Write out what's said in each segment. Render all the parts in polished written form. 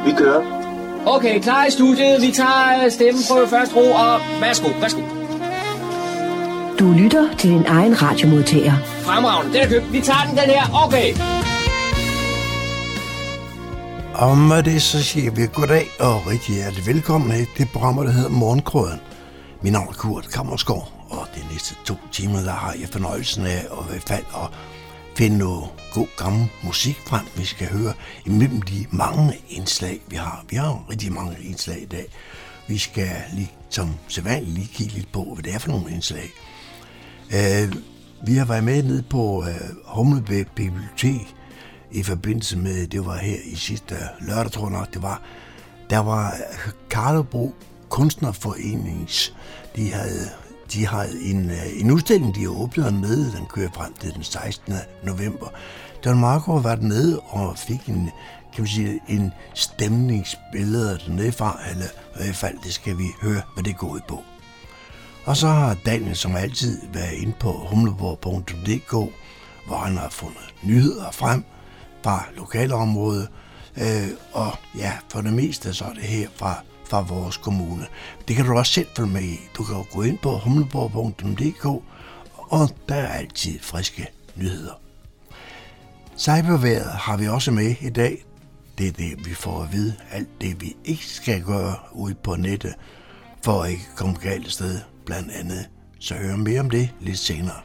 Vi kører. Okay, klar i studiet. Vi tager stemmeprøve først, ro, og værsgo. Du lytter til din egen radiomodtager. Fremragende, den er købt. Vi tager den her. Okay. Og med det så siger vi goddag og rigtig hjertelig velkommen til programmet, der hedder Morgenkrøden. Mit navn er Kurt Kammersgaard, og de næste 2 timer, der har jeg fornøjelsen af at i hvert fald at finde noget god gammel musik frem, vi skal høre imellem de mange indslag, vi har. Vi har rigtig mange indslag i dag. Vi skal lige, som sædvanligt lige kigge lidt på, hvad det er for nogle indslag. Vi har været med nede på Humlebæk Bibliotek i forbindelse med, det var her i sidste lørdag, tror jeg nok det var. Der var Karlebro Kunstnerforenings, de havde en udstilling, de har åbnet hernede, den kører frem til den 16. november. Don Marco var dernede og fik en stemningsbillede dernede fra, eller i hvert fald, det skal vi høre, hvad det går ud på. Og så har Daniel som altid været inde på humleborg.dk, hvor han har fundet nyheder frem fra lokalområdet, og ja, for det meste så er det her fra vores kommune. Det kan du også selv følge med i. Du kan jo gå ind på humleborg.dk, og der er altid friske nyheder. Cyberværet har vi også med i dag. Det er det, vi får at vide. Alt det, vi ikke skal gøre ude på nettet, for at ikke komme galt sted, blandt andet. Så hør mere om det lidt senere.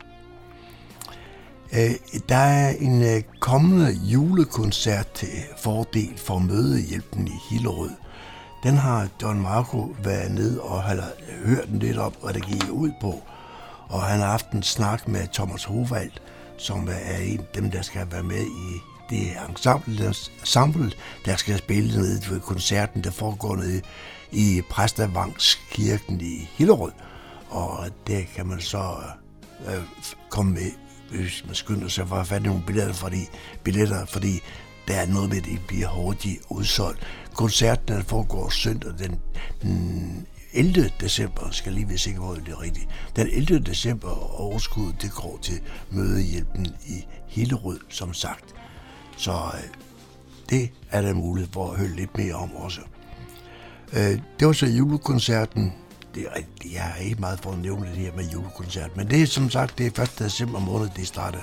Der er en kommende julekoncert til fordel for Mødehjælpen i Hillerød. Den har Don Marco været ned og har hørt den lidt op, hvad det gik ud på. Og han har haft en snak med Thomas Hovald, som er en af dem, der skal være med i det ensemble, der skal spille nede ved koncerten, der foregår nede i Præstavagnskirken i Hillerød. Og der kan man så komme med, hvis man skynder sig for at finde nogle billetter, fordi der er noget med, at det bliver hurtigt udsolgt. Koncerten foregår søndag den 11. december, skal lige være sikker på, at det er rigtigt. Den 11. december overskuddet, det går til Mødehjælpen i Hillerød, som sagt. Så det er der mulighed for at høre lidt mere om også. Det var så julekoncerten. Jeg er ikke meget for at nævne det her med julekoncert, men det er som sagt, det er 1. december måned, det starter.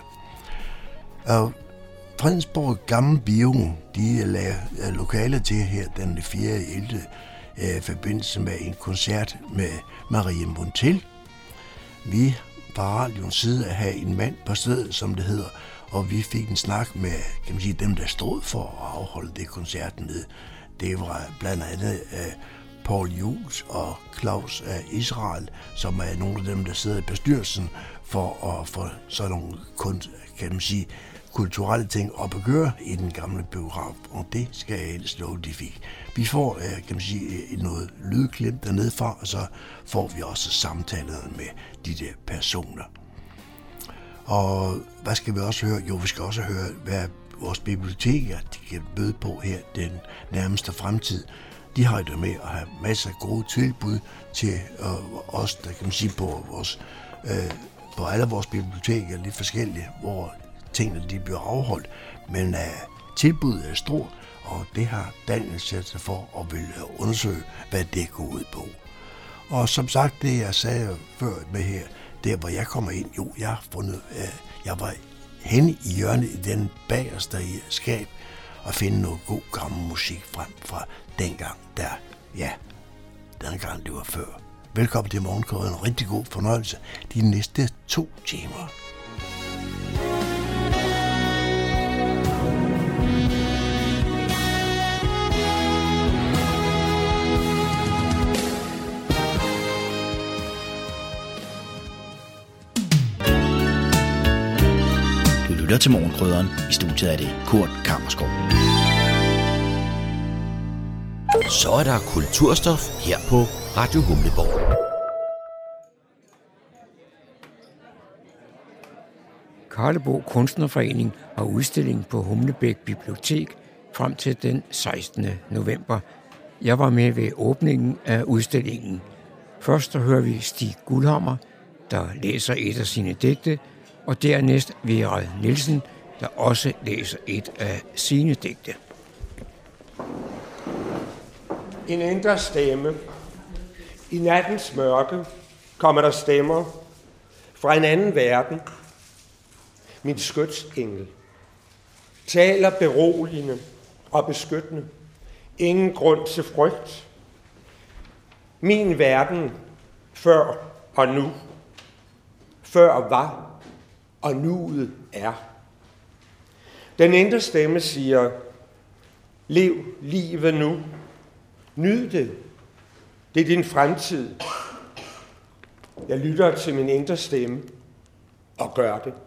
Fredensborg Gamle Bio, de lavede lokaler til her den 4.11. Forbindelse med en koncert med Marie Montel. Vi fra radioens side at have en mand på stedet, som det hedder, og vi fik en snak med, kan man sige, dem, der stod for at afholde det koncerten ned. Det var blandt andet Paul Jules og Claus Israel, som er nogle af dem, der sidder i bestyrelsen for at få sådan nogle kan man sige, kulturelle ting op at gøre i den gamle biograf, og det skal jeg ellers love, de fik. Vi får, kan man sige, noget lydklip dernede fra, og så får vi også samtalerne med de der personer. Og hvad skal vi også høre? Jo, vi skal også høre, hvad vores biblioteker de kan bøde på her den nærmeste fremtid. De har det med at have masser af gode tilbud til os, der kan man sige, på alle vores biblioteker, lidt forskellige, hvor tingene de bliver afholdt, men tilbuddet er stort, og det har Daniel sat sig for at vil undersøge, hvad det går ud på. Og som sagt, det jeg sagde før med her, der hvor jeg kommer ind, jo, jeg har fundet, jeg var henne i hjørnet i den bagerste skab og finde noget god gammel musik frem fra dengang, dengang det var før. Velkommen til Morgenkrøden, en rigtig god fornøjelse de næste 2 timer. Lytter til Morgenkrydderen. I studiet er det Kurt Kammersgaard. Så er der kulturstof her på Radio Humleborg. Karlebro Kunstnerforening har udstilling på Humlebæk Bibliotek frem til den 16. november. Jeg var med ved åbningen af udstillingen. Først så hører vi Stig Guldhammer, der læser et af sine digte, og dernæst Vera Nielsen, der også læser et af sine digte. En indre stemme. I nattens mørke kommer der stemmer fra en anden verden. Min skytsengel taler beroligende og beskyttende. Ingen grund til frygt. Min verden før og nu. Før var og nuet er. Den indre stemme siger, lev livet nu. Nyd det. Det er din fremtid. Jeg lytter til min indre stemme og gør det.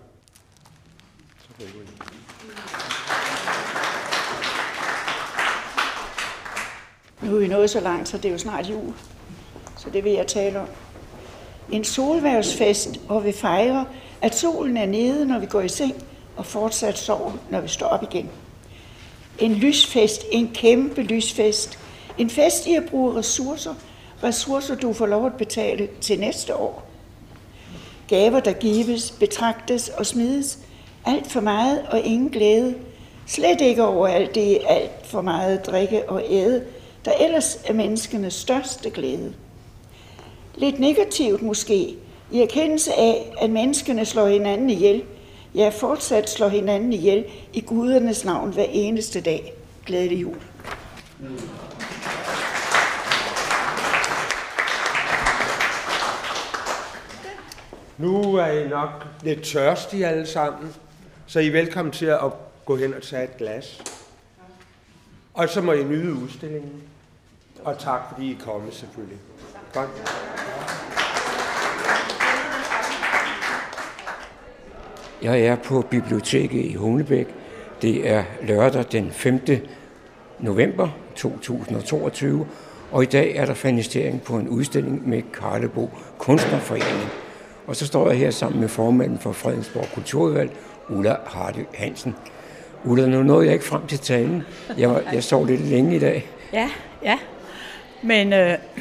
Nu er vi nået så langt, så det er jo snart jul. Så det vil jeg tale om. En solværvsfest, hvor vi fejrer, at solen er nede, når vi går i seng, og fortsat sover, når vi står op igen. En lysfest, en kæmpe lysfest. En fest i at bruge ressourcer du får lov at betale til næste år. Gaver, der gives, betragtes og smides. Alt for meget og ingen glæde. Slet ikke over alt det alt for meget drikke og æde, der ellers er menneskenes største glæde. Lidt negativt måske, i erkendelse af, at menneskene slår hinanden ihjel, ja, fortsat slår hinanden ihjel i gudernes navn hver eneste dag. Glædelig jul. Nu er I nok lidt tørstige alle sammen, så I er velkommen til at gå hen og tage et glas. Og så må I nyde udstillingen. Og tak fordi I er kommet selvfølgelig. Godt. Jeg er på biblioteket i Humlebæk. Det er lørdag den 5. november 2022, og i dag er der finstering på en udstilling med Karlebo Kunstnerforening. Og så står jeg her sammen med formanden for Fredensborg Kulturudvalg, Ulla Hardy Hansen. Ulla, nu nåede jeg ikke frem til talen. Jeg sov lidt længe i dag. Ja. Men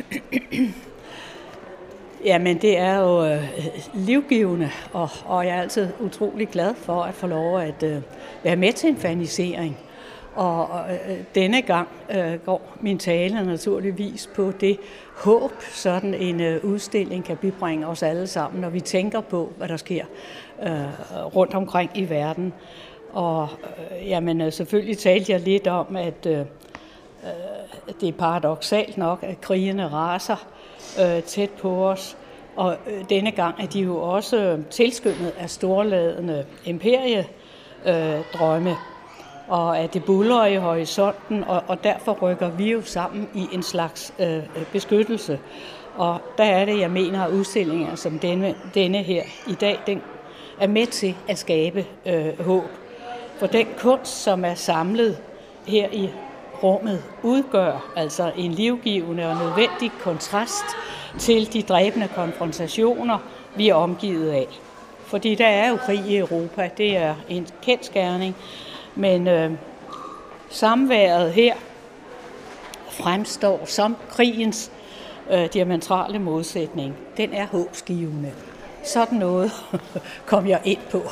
jamen, det er jo livgivende, og jeg er altid utrolig glad for at få lov at være med til en fanisering. Og denne gang går min tale naturligvis på det håb, sådan en udstilling kan bibringe os alle sammen, når vi tænker på, hvad der sker rundt omkring i verden. Og jamen, selvfølgelig talte jeg lidt om, at det er paradoksalt nok, at krigene raser tæt på os. Og denne gang er de jo også tilskyndet af storladende imperiedrømme, og at det buldrer i horisonten, og derfor rykker vi jo sammen i en slags beskyttelse. Og der er det, jeg mener, at udstillinger som denne her i dag, den er med til at skabe håb. For den kunst, som er samlet her i rummet, udgør altså en livgivende og nødvendig kontrast til de dræbende konfrontationer, vi er omgivet af. Fordi der er jo krig i Europa, det er en kendsgerning, men samværet her fremstår som krigens diametrale modsætning. Den er håbsgivende. Sådan noget kom jeg ind på.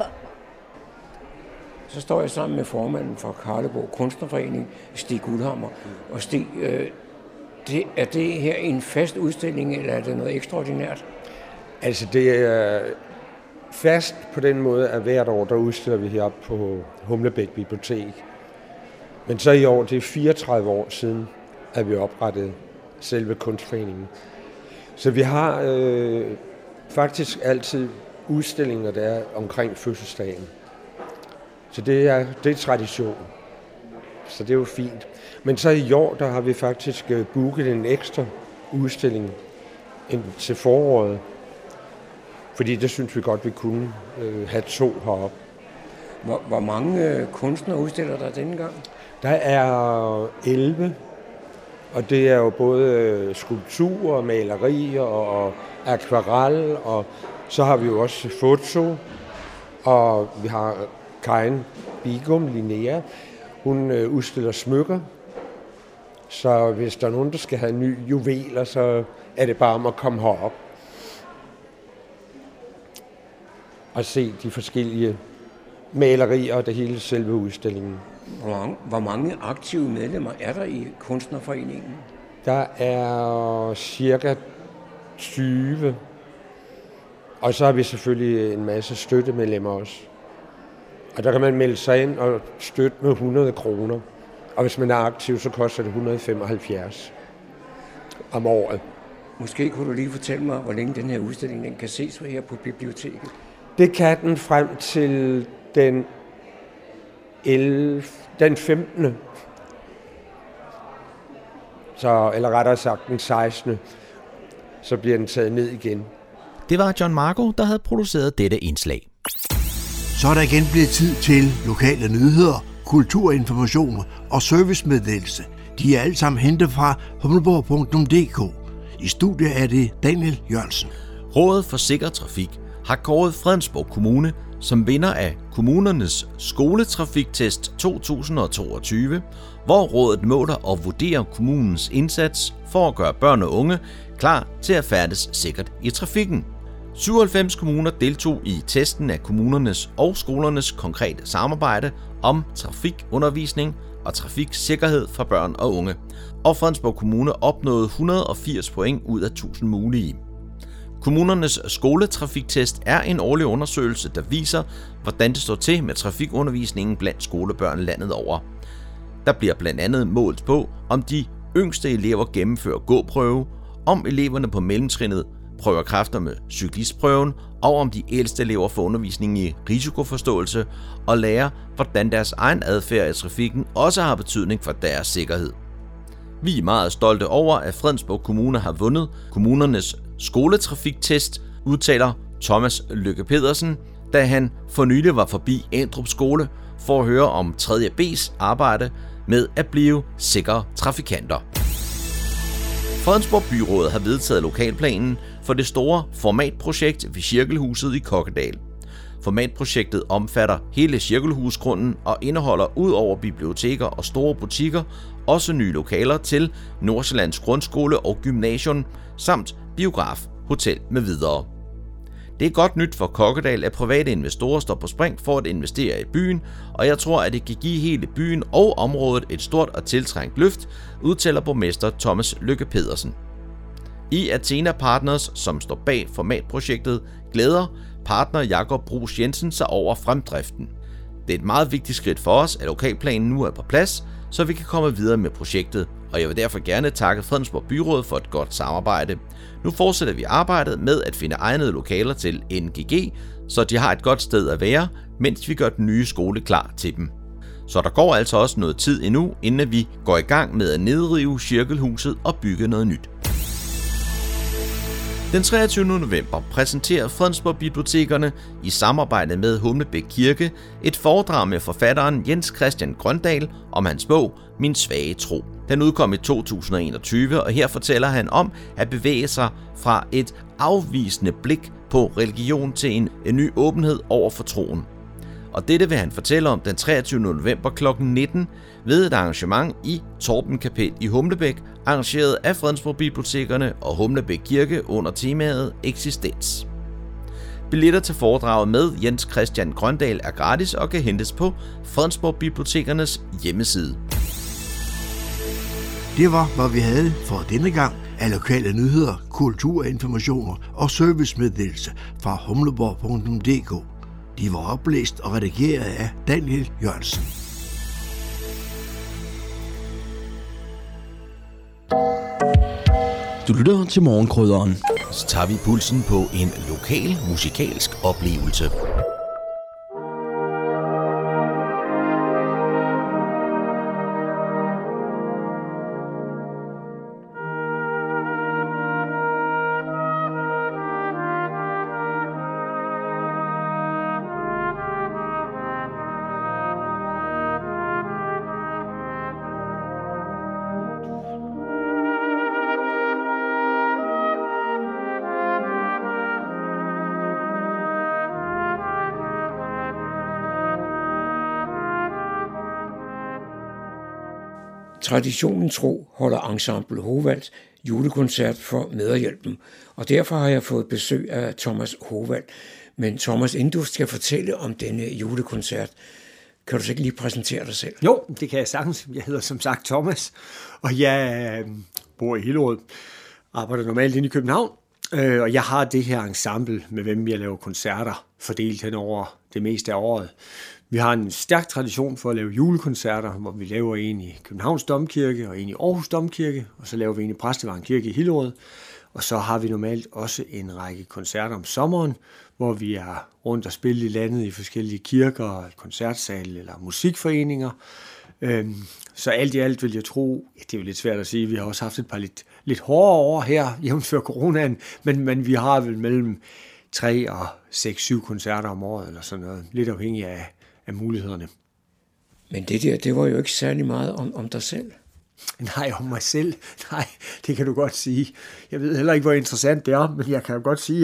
Så står jeg sammen med formanden for Karlebo Kunstnerforening, Stig Guldhammer. Og Stig, er det her en fast udstilling, eller er det noget ekstraordinært? Altså, det er fast på den måde, at hvert år, der udstiller vi heroppe på Humlebæk Bibliotek. Men så i år, det er 34 år siden, at vi oprettede selve kunstforeningen. Så vi har faktisk altid udstillinger, der er omkring fødselsdagen. Så det er tradition. Så det er jo fint. Men så i år, der har vi faktisk booket en ekstra udstilling til foråret. Fordi det synes vi godt, vi kunne have 2 heroppe. Hvor mange kunstnere udstiller der denne gang? Der er 11. Og det er jo både skulpturer, malerier og akvarel. Og så har vi jo også foto. Og vi har Karin Bigum, Linnea. Hun udstiller smykker. Så hvis der er nogen, der skal have nye juveler, så er det bare om at komme herop og se de forskellige malerier og det hele selve udstillingen. Hvor mange aktive medlemmer er der i Kunstnerforeningen? Der er cirka 20. Og så har vi selvfølgelig en masse støttemedlemmer også. Og der kan man melde sig ind og støtte med 100 kroner. Og hvis man er aktiv, så koster det 175 om året. Måske kunne du lige fortælle mig, hvor længe den her udstilling den kan ses her på biblioteket? Det kan den frem til den 15. Så, eller rettere sagt den 16. Så bliver den taget ned igen. Det var John Marco, der havde produceret dette indslag. Så er der igen blevet tid til lokale nyheder, kulturinformationer og servicemeddelelse. De er alle sammen hentet fra humleborg.dk. I studiet er det Daniel Jørgensen. Rådet for Sikker Trafik har kåret Fredensborg Kommune som vinder af kommunernes skoletrafiktest 2022, hvor rådet måler og vurderer kommunens indsats for at gøre børn og unge klar til at færdes sikkert i trafikken. 97 kommuner deltog i testen af kommunernes og skolernes konkrete samarbejde om trafikundervisning og trafiksikkerhed for børn og unge, og Fredensborg Kommune opnåede 180 point ud af 1000 mulige. Kommunernes skoletrafiktest er en årlig undersøgelse, der viser, hvordan det står til med trafikundervisningen blandt skolebørn landet over. Der bliver blandt andet målt på, om de yngste elever gennemfører gåprøve, om eleverne på mellemtrinnet prøver kræfter med cyklistprøven, og om de ældste elever får undervisning i risikoforståelse og lærer, hvordan deres egen adfærd i trafikken også har betydning for deres sikkerhed. Vi er meget stolte over, at Fredensborg Kommune har vundet kommunernes skoletrafiktest, udtaler Thomas Lykke Pedersen, da han for nylig var forbi Endrup Skole for at høre om 3.B's arbejde med at blive sikre trafikanter. Fredensborg Byråd har vedtaget lokalplanen for det store formatprojekt ved Cirkelhuset i Kokkedal. Formatprojektet omfatter hele Cirkelhusgrunden og indeholder ud over biblioteker og store butikker også nye lokaler til Nordsjællands Grundskole og Gymnasium samt biograf, hotel med videre. Det er godt nyt for Kokkedal, at private investorer står på spring for at investere i byen, og jeg tror, at det kan give hele byen og området et stort og tiltrængt løft, udtaler borgmester Thomas Lykke Pedersen. I Athena Partners, som står bag formatprojektet, glæder partner Jakob Bruus Jensen sig over fremdriften. Det er et meget vigtigt skridt for os, at lokalplanen nu er på plads, så vi kan komme videre med projektet, og jeg vil derfor gerne takke Fredensborg Byråd for et godt samarbejde. Nu fortsætter vi arbejdet med at finde egnede lokaler til NGG, så de har et godt sted at være, mens vi gør den nye skole klar til dem. Så der går altså også noget tid endnu, inden vi går i gang med at nedrive Cirkelhuset og bygge noget nyt. Den 23. november præsenterer Fredensborg Bibliotekerne i samarbejde med Humlebæk Kirke et foredrag med forfatteren Jens Christian Grøndahl om hans bog Min svage tro. Den udkom i 2021, og her fortæller han om at bevæge sig fra et afvisende blik på religion til en ny åbenhed over for troen. Og dette vil han fortælle om den 23. november kl. 19 ved et arrangement i Torben Kapel i Humlebæk, arrangeret af Fredensborg Bibliotekerne og Humlebæk Kirke under temaet Eksistens. Billetter til foredraget med Jens Christian Grøndahl er gratis og kan hentes på Fredensborg Bibliotekernes hjemmeside. Det var, hvad vi havde for denne gang af lokale nyheder, kulturinformationer og servicemeddelelse fra humleborg.dk. De var oplæst og redigeret af Daniel Jørgensen. Du lytter til Morgenkrydderen. Så tager vi pulsen på en lokal musikalsk oplevelse. Traditionen tro holder Ensemble Hovald julekoncert for Mødrehjælpen, og derfor har jeg fået besøg af Thomas Hovald. Men Thomas, inden du skal fortælle om denne julekoncert, Kan du så ikke lige præsentere dig selv? Jo, det kan jeg sagtens. Jeg hedder som sagt Thomas, og jeg bor i Hillerød, arbejder normalt inde i København, og jeg har det her ensemble, med hvem jeg laver koncerter, fordelt hen over det meste af året. Vi har en stærk tradition for at lave julekoncerter, hvor vi laver en i Københavns Domkirke og en i Aarhus Domkirke, og så laver vi en i Præstevang Kirke i Hillerød. Og så har vi normalt også en række koncerter om sommeren, hvor vi er rundt og spille i landet i forskellige kirker, koncertsale eller musikforeninger. Så alt i alt vil jeg tro, det er jo lidt svært at sige, vi har også haft et par lidt hårdere år her, jævnfør coronaen, men vi har vel mellem 3 og 6-7 koncerter om året, eller sådan noget, lidt afhængig af mulighederne. Men det var jo ikke særlig meget om dig selv. Nej, om mig selv. Nej, det kan du godt sige. Jeg ved heller ikke, hvor interessant det er, men jeg kan jo godt sige,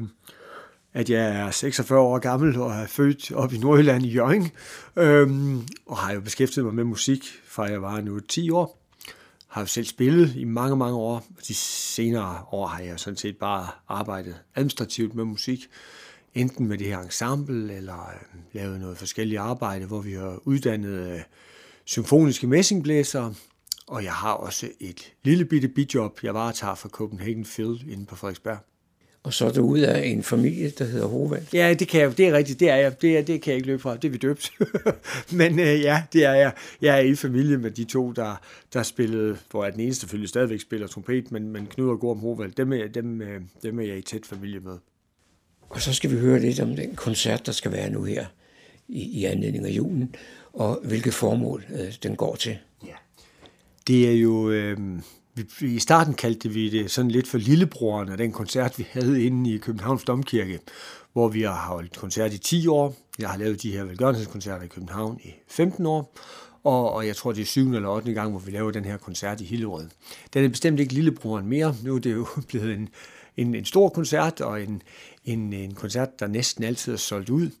at jeg er 46 år gammel og er født op i Nordjylland i Hjørring, og har jo beskæftiget mig med musik, fra jeg var nu 10 år. Har jo selv spillet i mange, mange år. De senere år har jeg sådan set bare arbejdet administrativt med musik, enten med det her ensemble, eller lavet noget forskelligt arbejde, hvor vi har uddannet symfoniske messingblæsere, og jeg har også et lille bitte bidjob, jeg varetager for Copenhagen Phil inde på Frederiksberg. Og så er du ud af en familie, der hedder Hovald. Ja, det er rigtigt, det er jeg. Det kan jeg ikke løbe fra, det er vi døbt. Men ja, det er jeg. Jeg er i familie med de to, der spillede, hvor jeg den eneste selvfølgelig stadigvæk spiller trompet, men Knud og Gorm Hovald, dem er jeg i tæt familie med. Og så skal vi høre lidt om den koncert, der skal være nu her i anledning af julen, og hvilket formål den går til. Ja. Det er jo, i starten kaldte vi det sådan lidt for lillebroren af den koncert, vi havde inde i Københavns Domkirke, hvor vi har holdt koncert i 10 år. Jeg har lavet de her velgørenhedskoncerter i København i 15 år, og jeg tror, det er 7. eller 8. gang, hvor vi laver den her koncert i Hillerød. Den er bestemt ikke lillebroren mere. Nu er det jo blevet en stor koncert, og en koncert, der næsten altid er solgt ud.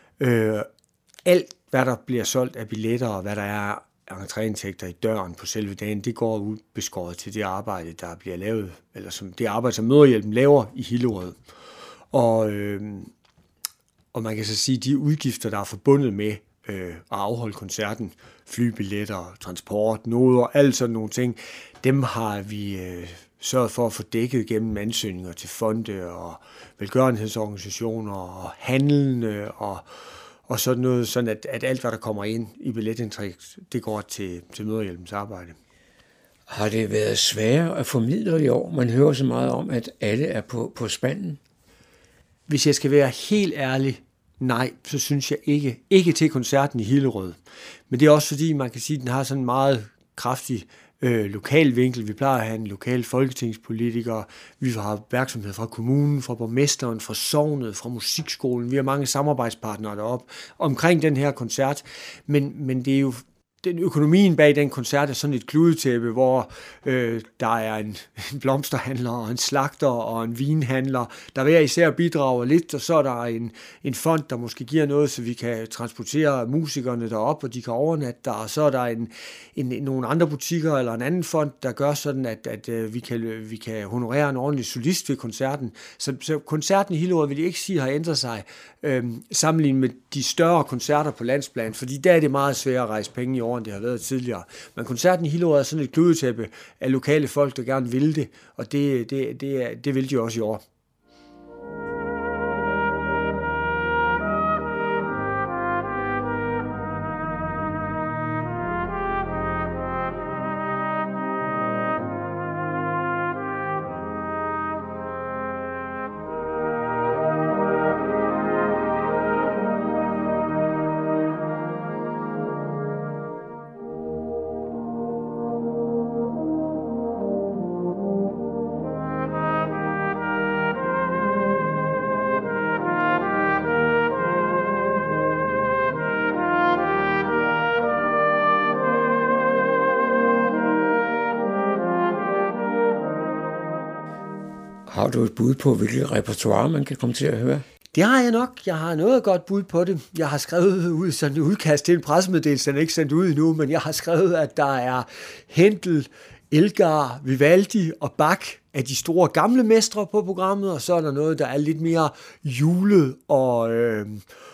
Alt, hvad der bliver solgt af billetter, og hvad der er entréindtægter i døren på selve dagen, det går ubeskåret til det arbejde, der bliver lavet, eller som det arbejde, som Mødrehjælpen laver i Hillerød. Og man kan så sige, de udgifter, der er forbundet med at afholde koncerten, flybilletter, transport, noder, alt sådan nogle ting, dem har vi sørget for at få dækket gennem ansøgninger til fonde og velgørenhedsorganisationer og handlende og sådan noget, sådan at alt, hvad der kommer ind i billetindtræk, det går til Mødrehjælpens arbejde. Har det været sværere at formidle i år? Man hører så meget om, at alle er på spanden. Hvis jeg skal være helt ærlig, nej, så synes jeg ikke til koncerten i Hillerød. Men det er også fordi, man kan sige, at den har sådan en meget kraftig lokal vinkel. Vi plejer at have en lokal folketingspolitiker. Vi har opmærksomhed fra kommunen, fra borgmesteren, fra sognet, fra musikskolen. Vi har mange samarbejdspartnere deroppe omkring den her koncert. Men det er jo den økonomien bag den koncert er sådan et kludetæppe, hvor der er en blomsterhandler og en slagter og en vinhandler, der hver især bidrager lidt, og så er der en fond, der måske giver noget, så vi kan transportere musikerne derop, og de kan overnatte der, og så er der nogle andre butikker eller en anden fond, der gør sådan, at vi kan honorere en ordentlig solist ved koncerten. Så koncerten i Hillerød vil jeg ikke sige har ændret sig sammenlignet med de større koncerter på landsplan, fordi der er det meget svært at rejse penge i år, end det har været tidligere. Men koncerten i Hillerød er sådan et kludetæppe af lokale folk, der gerne vil det, og det vil de også i år. Har du et bud på, hvilket repertoire man kan komme til at høre? Det har jeg nok. Jeg har noget godt bud på det. Jeg har skrevet ud sådan et udkast til en pressemeddelelse, den er ikke sendt ud endnu, men jeg har skrevet, at der er Händel, Elgar, Vivaldi og Bach af de store gamle mestre på programmet, og så er der noget, der er lidt mere julet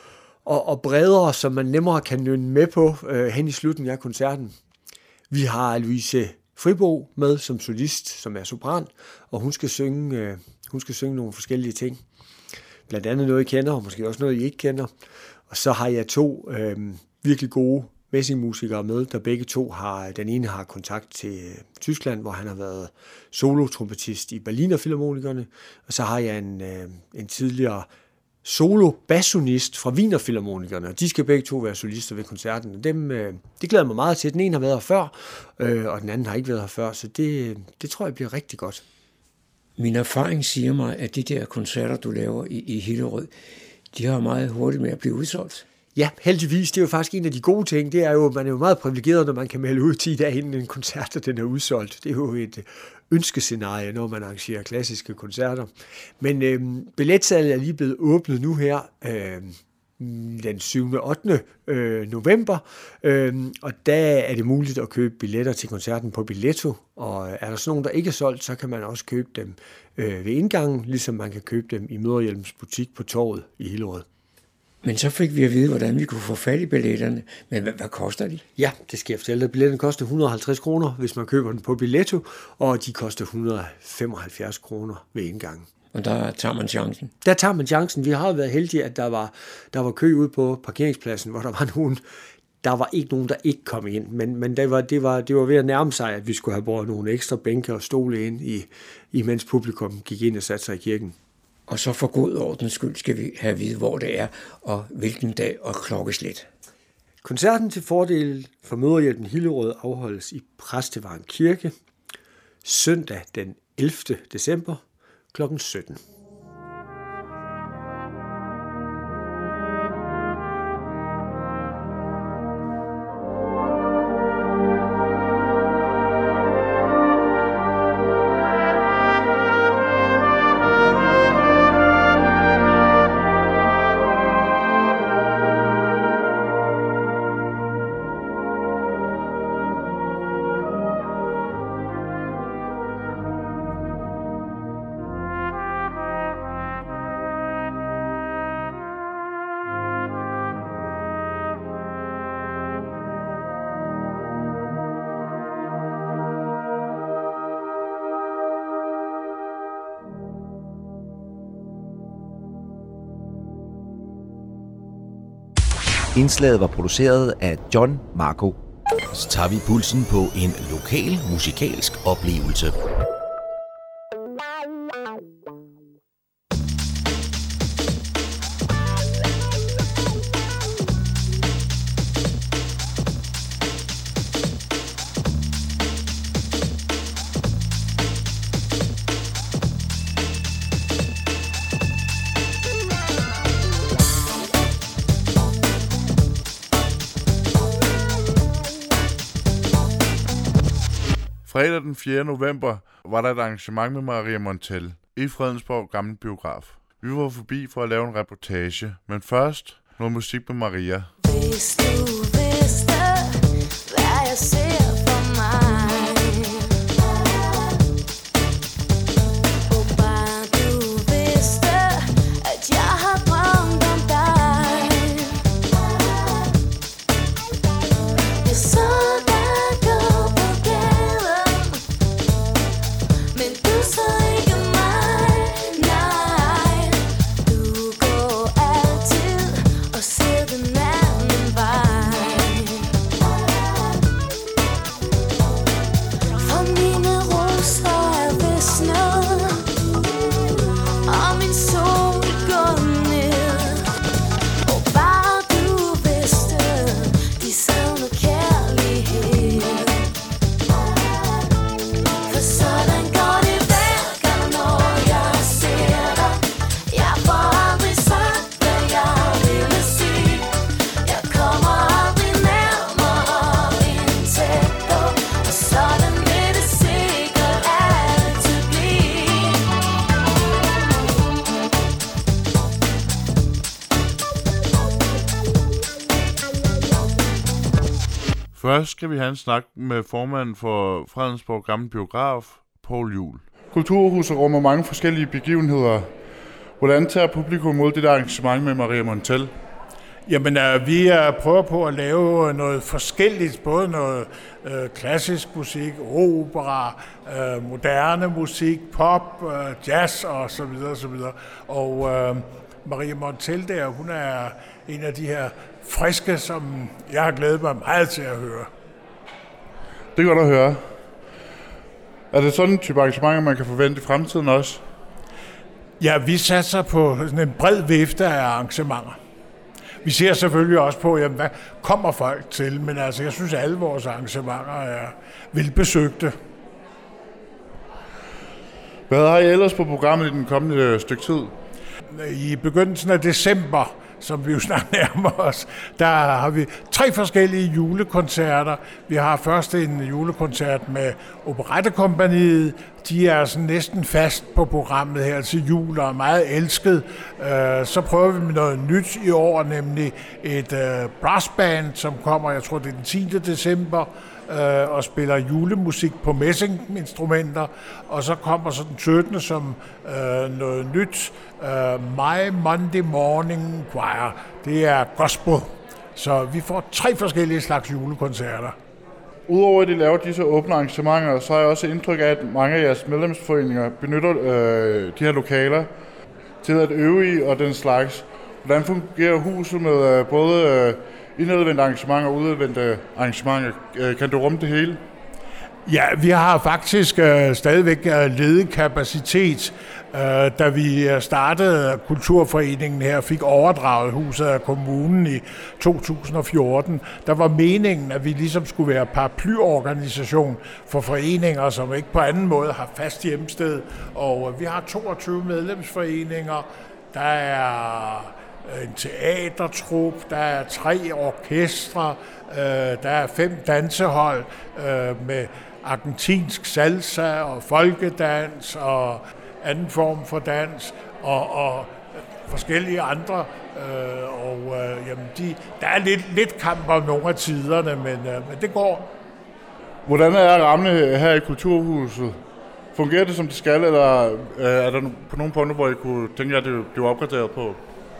og bredere, som man nemmere kan nynne med på hen i slutningen af koncerten. Vi har Louise Fribo med som solist, som er sopran, og hun skal synge nogle forskellige ting. Blandt andet noget, I kender, og måske også noget, I ikke kender. Og så har jeg 2 virkelig gode messingmusikere med, der begge 2 den ene har kontakt til Tyskland, hvor han har været solotrompetist i Berliner Philharmonikerne, og så har jeg en tidligere solo-bassonist fra Wiener Philharmonikerne, og de skal begge 2 være solister ved koncerten. Og det glæder mig meget til. Den ene har været her før, og den anden har ikke været her før, så det tror jeg bliver rigtig godt. Min erfaring siger mig, at de der koncerter, du laver i Hillerød, de har meget hurtigt med at blive udsolgt. Ja, heldigvis. Det er jo faktisk en af de gode ting. Det er jo, man er jo meget privilegeret, når man kan melde ud 10 dage inden en koncert, og den er udsolgt. Det er jo et ønskescenarie, når man arrangerer klassiske koncerter. Men billetsalget er lige blevet åbnet nu her den 7. og 8. november, og der er det muligt at købe billetter til koncerten på Billetto, og er der sådan nogen, der ikke er solgt, så kan man også købe dem ved indgangen, ligesom man kan købe dem i Mødrehjælpens butik på Torvet i Hillerød. Men så fik vi at vide, hvordan vi kunne få fat i billetterne. Men hvad koster de? Ja, det skal jeg fortælle dig. Billetten koster 150 kroner, hvis man køber den på Billetto, og de koster 175 kroner ved indgangen. Og der tager man chancen? Der tager man chancen. Vi har været heldige, at der var kø ude på parkeringspladsen, hvor der var nogen. Der var ikke nogen, der ikke kom ind, men det var ved at nærme sig, at vi skulle have båret nogle ekstra bænke og stole ind, imens publikum gik ind og satte sig i kirken. Og så for god ordens skyld skal vi have at vide, hvor det er, og hvilken dag og klokkeslæt. Koncerten til fordel for Mødrehjælpen Hillerød afholdes i Præstevang Kirke søndag den 11. december kl. 17. Indslaget var produceret af John Marco. Så tager vi pulsen på en lokal musikalsk oplevelse. Fredag den 4. november var der et arrangement med Maria Montell i Fredensborg Gamle Biograf. Vi var forbi for at lave en reportage, men først noget musik med Maria. Hvis du vidste, hvad jeg ser for mig, og bare du vidste, at jeg har drømt om dig. Jeg så dig gå på gaden, men du så ikke mig, nej. Du går altid og ser den anden vej. For mine roser er visnet, og min sol går ned. Og bare du vidste, de savner kærlighed. For sådan går det hver gang, når jeg ser dig. Jeg får aldrig sagt, hvad jeg ville sige. Jeg kommer aldrig nærmere end tæt på, og sådan vil det sikkert altid blive. Først skal vi have en snak med formanden for Fredensborg Gamle Biograf, Poul Juhl. Kulturhuset rummer mange forskellige begivenheder. Hvordan tager publikum mod dit arrangement med Maria Montell? Jamen, vi prøver på at lave noget forskelligt, både noget klassisk musik, opera, moderne musik, pop, jazz og så videre, så videre. Og Maria Montell der, hun er en af de her friske, som jeg har glædet mig meget til at høre. Det er godt at høre. Er det sådan en type arrangementer, man kan forvente i fremtiden også? Ja, vi satser på sådan en bred vifte af arrangementer. Vi ser selvfølgelig også på, jamen, hvad kommer folk til, men altså, jeg synes, at alle vores arrangementer er velbesøgte. Hvad har I ellers på programmet i den kommende stykke tid? I begyndelsen af december, som vi jo snart nærmer os, der har vi 3 forskellige julekoncerter. Vi har først en julekoncert med Operettekompagniet. De er sådan næsten fast på programmet her til jul og er meget elsket. Så prøver vi med noget nyt i år, nemlig et brassband, som kommer, jeg tror det er den 10. december, og spiller julemusik på messinginstrumenter. Og så kommer så den 17. som noget nyt, My Monday Morning Choir. Det er gospel. Så vi får 3 forskellige slags julekoncerter. Udover at I laver disse åbne arrangementer, så har jeg også indtryk af, at mange af jeres medlemsforeninger benytter de her lokaler til at øve i og den slags. Hvordan fungerer huset med både indadvendte arrangementer og udadvendte arrangementer? Kan du rumme det hele? Ja, vi har faktisk stadigvæk ledig kapacitet. Da vi startede Kulturforeningen her, fik overdraget huset af kommunen i 2014, der var meningen, at vi ligesom skulle være paraplyorganisation for foreninger, som ikke på anden måde har fast hjemsted. Og vi har 22 medlemsforeninger. Der er en teatertrup, der er 3 orkestre, der er 5 dansehold med argentinsk salsa og folkedans og anden form for dans og forskellige andre. Jamen der er lidt kamp om nogle af tiderne, men det går. Hvordan er rammene her i Kulturhuset? Fungerer det, som det skal, eller er der på nogle punkter, hvor I kunne tænke jer, at det blev opgraderet på?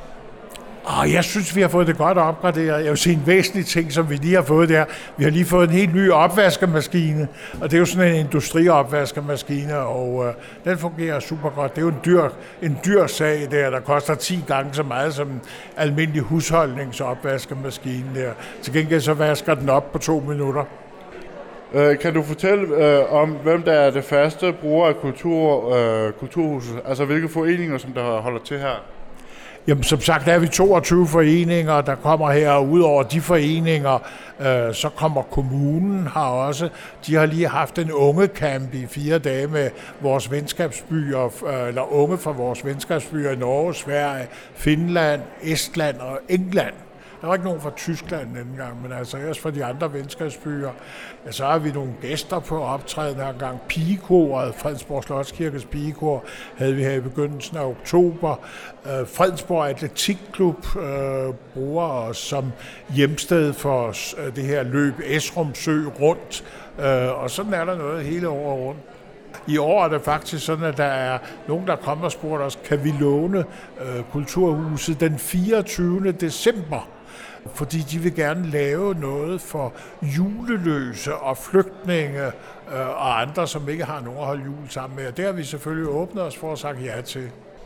Jeg synes, vi har fået det godt opgraderet. Jeg vil sige en væsentlig ting, som vi lige har fået der. Vi har lige fået en helt ny opvaskemaskine, og det er jo sådan en industriopvaskemaskine, og den fungerer super godt. Det er jo en dyr sag der koster 10 gange så meget som en almindelig husholdningsopvaskemaskine der. Til gengæld så vasker den op på 2 minutter. Kan du fortælle om, hvem der er det faste bruger af Kulturhuset? Altså hvilke foreninger, som der holder til her? Jamen, som sagt er vi 22 foreninger, der kommer her, og udover de foreninger, så kommer kommunen her også. De har lige haft en ungecamp i 4 dage med vores venskabsbyer, eller unge fra vores venskabsbyer i Norge, Sverige, Finland, Estland og England. Der var ikke nogen fra Tyskland denne gang, men altså også fra de andre venskabsbyer. Ja, så har vi nogle gæster på optræden her gang. Pigekoret, Fredensborg Slotskirkes pigekor, havde vi her i begyndelsen af oktober. Fredensborg Atletikklub bruger os som hjemsted for det her løb Esrum Sø rundt. Og sådan er der noget hele året rundt. I år er det faktisk sådan, at der er nogen, der kommer og spurgte os, kan vi låne Kulturhuset den 24. december? Fordi de vil gerne lave noget for juleløse og flygtninge og andre, som ikke har nogen at holde jul sammen med. Og det har vi selvfølgelig åbnet os for at sagt ja til.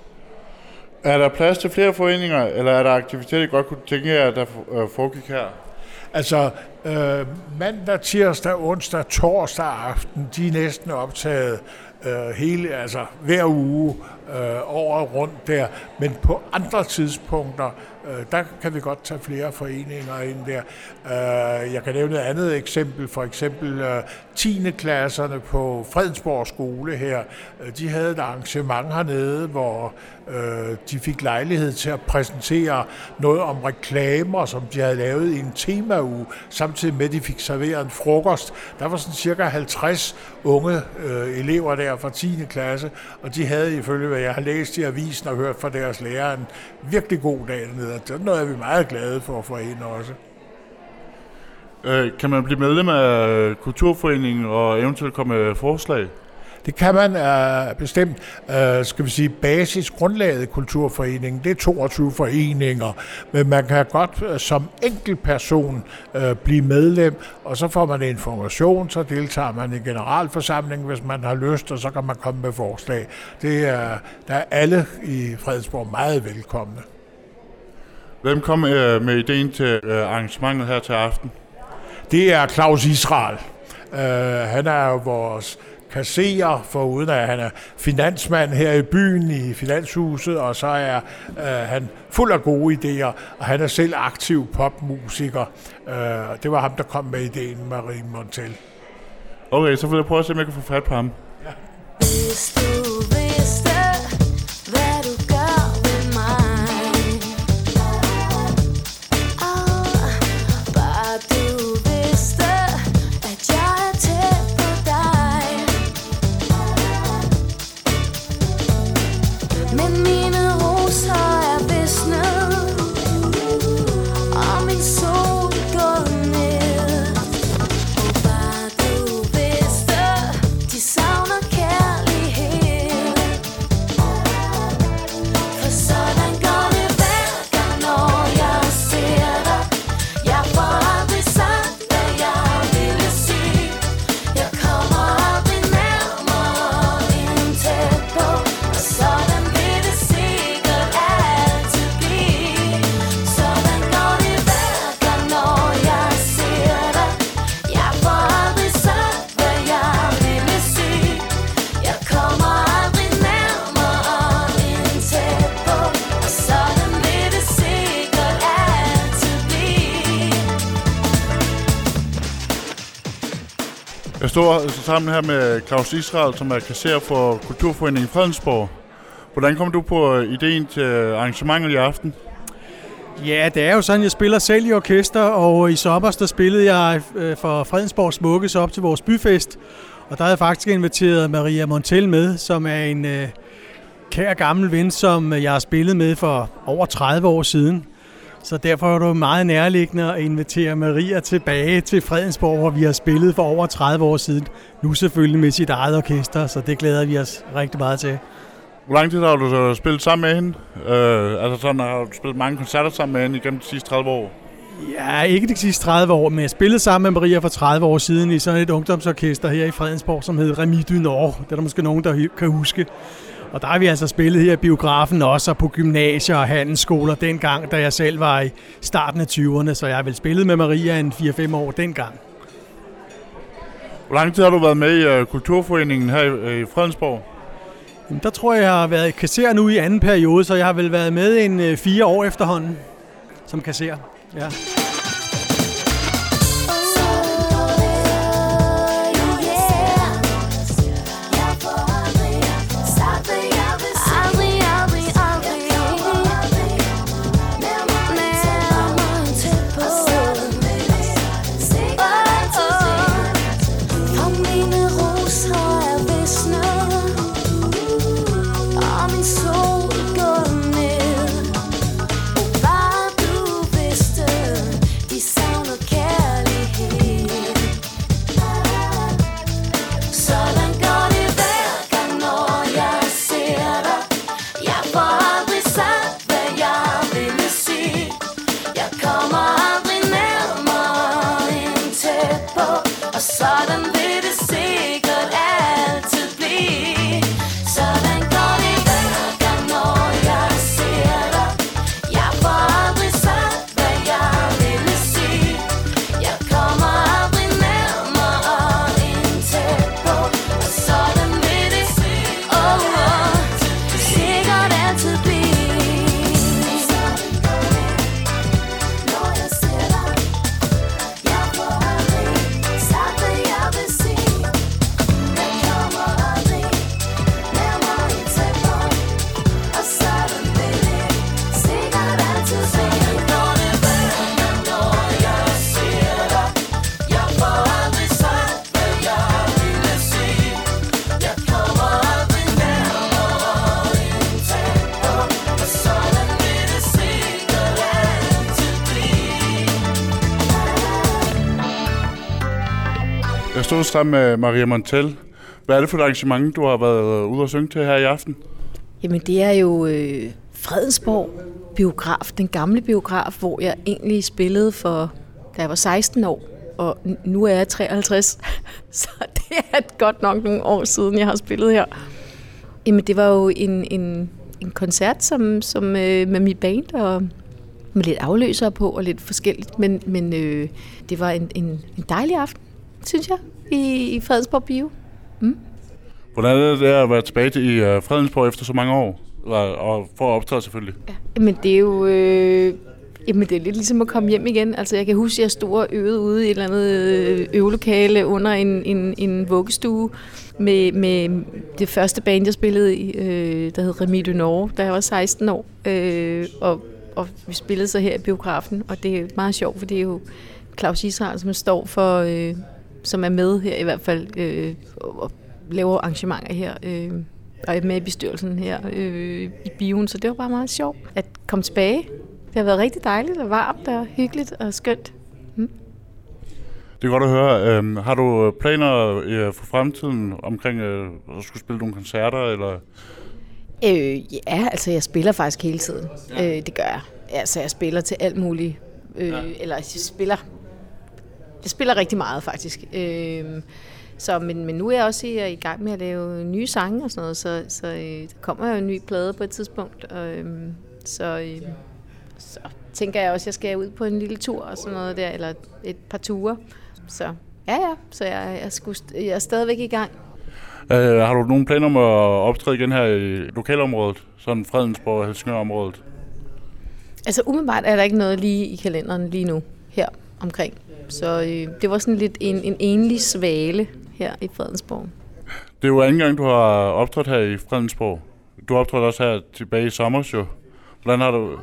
Er der plads til flere foreninger, eller er der aktiviteter, I godt kunne tænke jer, der foregik her? Altså, mandag, tirsdag, onsdag, torsdag aften, de er næsten optaget hver uge året rundt der. Men på andre tidspunkter, der kan vi godt tage flere foreninger ind der. Jeg kan nævne et andet eksempel, for eksempel 10. klasserne på Fredensborg skole her. De havde et arrangement hernede, hvor de fik lejlighed til at præsentere noget om reklamer, som de havde lavet i en temauge, samtidig med, at de fik serveret en frokost. Der var sådan cirka 50 unge elever der fra 10. klasse, og de havde ifølge, hvad jeg har læst i avisen og hørt fra deres lærer, en virkelig god dag dernede. Det er noget, er vi meget glade for at få ind også. Kan man blive medlem af Kulturforeningen og eventuelt komme med forslag? Det kan man bestemt, skal vi sige, basisgrundlaget i Kulturforeningen. Det er 22 foreninger, men man kan godt som enkeltperson blive medlem, og så får man information, så deltager man i generalforsamlingen, hvis man har lyst, og så kan man komme med forslag. Der er alle i Fredensborg meget velkomne. Hvem kom med ideen til arrangementet her til aften? Det er Claus Israel. Han er jo vores kasserer, foruden at han er finansmand her i byen i Finanshuset, og så er han fuld af gode idéer, og han er selv aktiv popmusiker. Det var ham, der kom med ideen, Marie Montel. Okay, så vil jeg prøve at se, om jeg kan få fat på ham. Ja. Hvis du vidste, hvad du gør ved mig. Bare du vidste, at jeg er tæt på dig. Men mine roser er visnet, og min sol går ned. Og bare du vidste, de savner kærlighed. For sådan går det hver gang, når jeg ser dig. Jeg får aldrig sagt, hvad jeg ville sige. Jeg kommer aldrig nærmere end tæt på. Og sådan vil det sikkert altid blive. Sådan går det hver gang, når jeg ser dig. Jeg får aldrig sagt, hvad jeg ville sige. Jeg kommer aldrig nærmere end tæt på. Og sådan vil det sikkert altid blive. Jeg står sammen her med Claus Israel, som er kasserer for Kulturforeningen Fredensborg. Hvordan kom du på ideen til arrangementet i aften? Ja, det er jo sådan, jeg spiller selv i orkester, og i sommer der spillede jeg for Fredensborg Smukkes op til vores byfest. Og der havde jeg faktisk inviteret Maria Montel med, som er en kær gammel ven, som jeg har spillet med for over 30 år siden. Så derfor er det meget nærliggende at invitere Maria tilbage til Fredensborg, hvor vi har spillet for over 30 år siden. Nu selvfølgelig med sit eget orkester, så det glæder vi os rigtig meget til. Hvor lang tid har du så spillet sammen med hende? Altså sådan, har du spillet mange koncerter sammen med hende igennem de sidste 30 år? Ja, ikke de sidste 30 år, men jeg spillede sammen med Maria for 30 år siden i sådan et ungdomsorkester her i Fredensborg, som hed Remi du Nord. Det er der måske nogen, der kan huske. Og der har vi altså spillet her i biografen også, og på gymnasier og handelsskoler dengang, da jeg selv var i starten af 20'erne. Så jeg har vel spillet med Maria en 4-5 år dengang. Hvor lang tid har du været med i Kulturforeningen her i Fredensborg? Jamen, der tror jeg har været kasserer nu i anden periode, så jeg har vel været med en 4 år efterhånden som kasserer. Ja. Jeg stod sammen med Maria Montel. Hvad er det for et arrangement, du har været ude og synge til her i aften? Jamen det er jo Fredensborg biograf, den gamle biograf, hvor jeg egentlig spillede da jeg var 16 år, og nu er jeg 53, så det er godt nok nogle år siden, jeg har spillet her. Jamen det var jo en koncert som med mit band, og med lidt afløsere på, og lidt forskelligt, men det var en dejlig aften, synes jeg, i Fredensborg Bio. Mm. Hvordan er det at være tilbage i Fredensborg efter så mange år? Og for at optræde selvfølgelig. Ja. Jamen det er jo det er lidt ligesom at komme hjem igen. Altså jeg kan huske, at jeg stod og øvede ude i et eller andet øvelokale under en vuggestue med det første band, jeg spillede i, der hed Remi du Norge, da jeg var 16 år. Og vi spillede så her i biografen, og det er meget sjovt, for det er jo Claus Israel, som står for, som er med her i hvert fald, og laver arrangementer her, og er med i bestyrelsen her i bioen, så det var bare meget sjovt at komme tilbage. Det har været rigtig dejligt og varmt og hyggeligt og skønt. Mm. Det er godt at høre. Har du planer for fremtiden omkring at skulle spille nogle koncerter, eller? Ja, altså jeg spiller faktisk hele tiden. Det gør jeg. Altså jeg spiller til alt muligt. Eller jeg spiller rigtig meget faktisk. Men nu er jeg også i gang med at lave nye sange og sådan noget, så der kommer jo en ny plade på et tidspunkt. Så tænker jeg også, at jeg skal ud på en lille tur og sådan noget der, eller et par ture. Så så jeg er stadigvæk i gang. Har du nogle planer om at optræde igen her i lokalområdet, sådan Fredensborg og Helsingør-området? Altså umiddelbart er der ikke noget lige i kalenderen lige nu her omkring. Så det var sådan lidt en enlig svale her i Fredensborg. Det er jo anden gang, du har optrådt her i Fredensborg. Du har optrådt også her tilbage i sommer, jo. Hvordan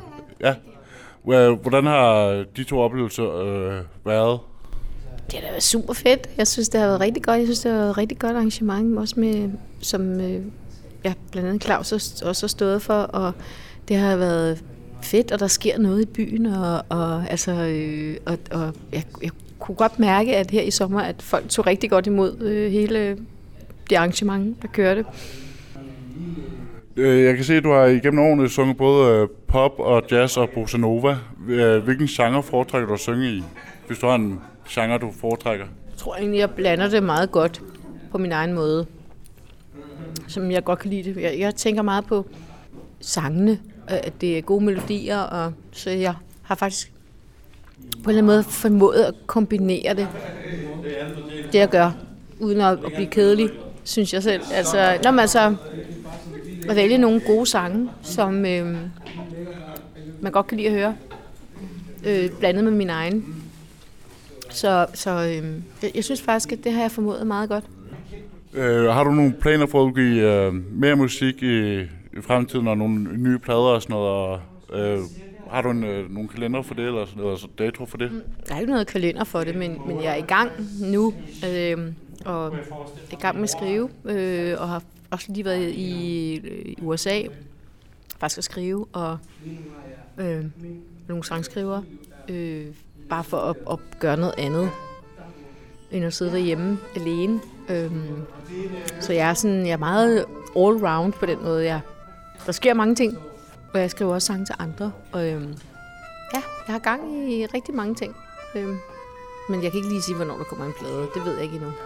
har de to oplevelser været? Det har da været super fedt. Jeg synes, det har været rigtig godt. Jeg synes, det har været et rigtig godt arrangement, også med, som blandt andet Claus også har stået for, og det har været fedt, og der sker noget i byen, og jeg kunne godt mærke, at her i sommer, at folk tog rigtig godt imod hele det arrangement, der kørte. Jeg kan se, at du har igennem årene sunget både pop og jazz og bossa nova. Hvilken genre foretrækker du at synge i, hvis du har en genre, du foretrækker? Jeg tror egentlig, jeg blander det meget godt på min egen måde, som jeg godt kan lide det. Jeg tænker meget på sangene, at det er gode melodier, og så jeg har faktisk på en eller anden måde formået at kombinere det jeg gør, uden at blive kedelig, synes jeg selv. Altså, at vælge nogle gode sange, som man godt kan lide at høre, blandet med min egen. Så jeg synes faktisk, at det har jeg formået meget godt. Har du nogle planer for at udgive mere musik i fremtiden, og nogle nye plader og sådan noget? Og, har du nogle kalender for det, eller sådan noget, altså dato for det? Der er ikke noget kalender for det, men jeg er i gang nu, og er i gang med at skrive, og har også lige været i USA, faktisk at skrive, og nogle sangskriver, bare for at gøre noget andet, end at sidde derhjemme alene. Så jeg er meget all-round på den måde. Der sker mange ting, og jeg skriver også sange til andre. Og jeg har gang i rigtig mange ting. Men jeg kan ikke lige sige, hvornår der kommer en plade. Det ved jeg ikke endnu.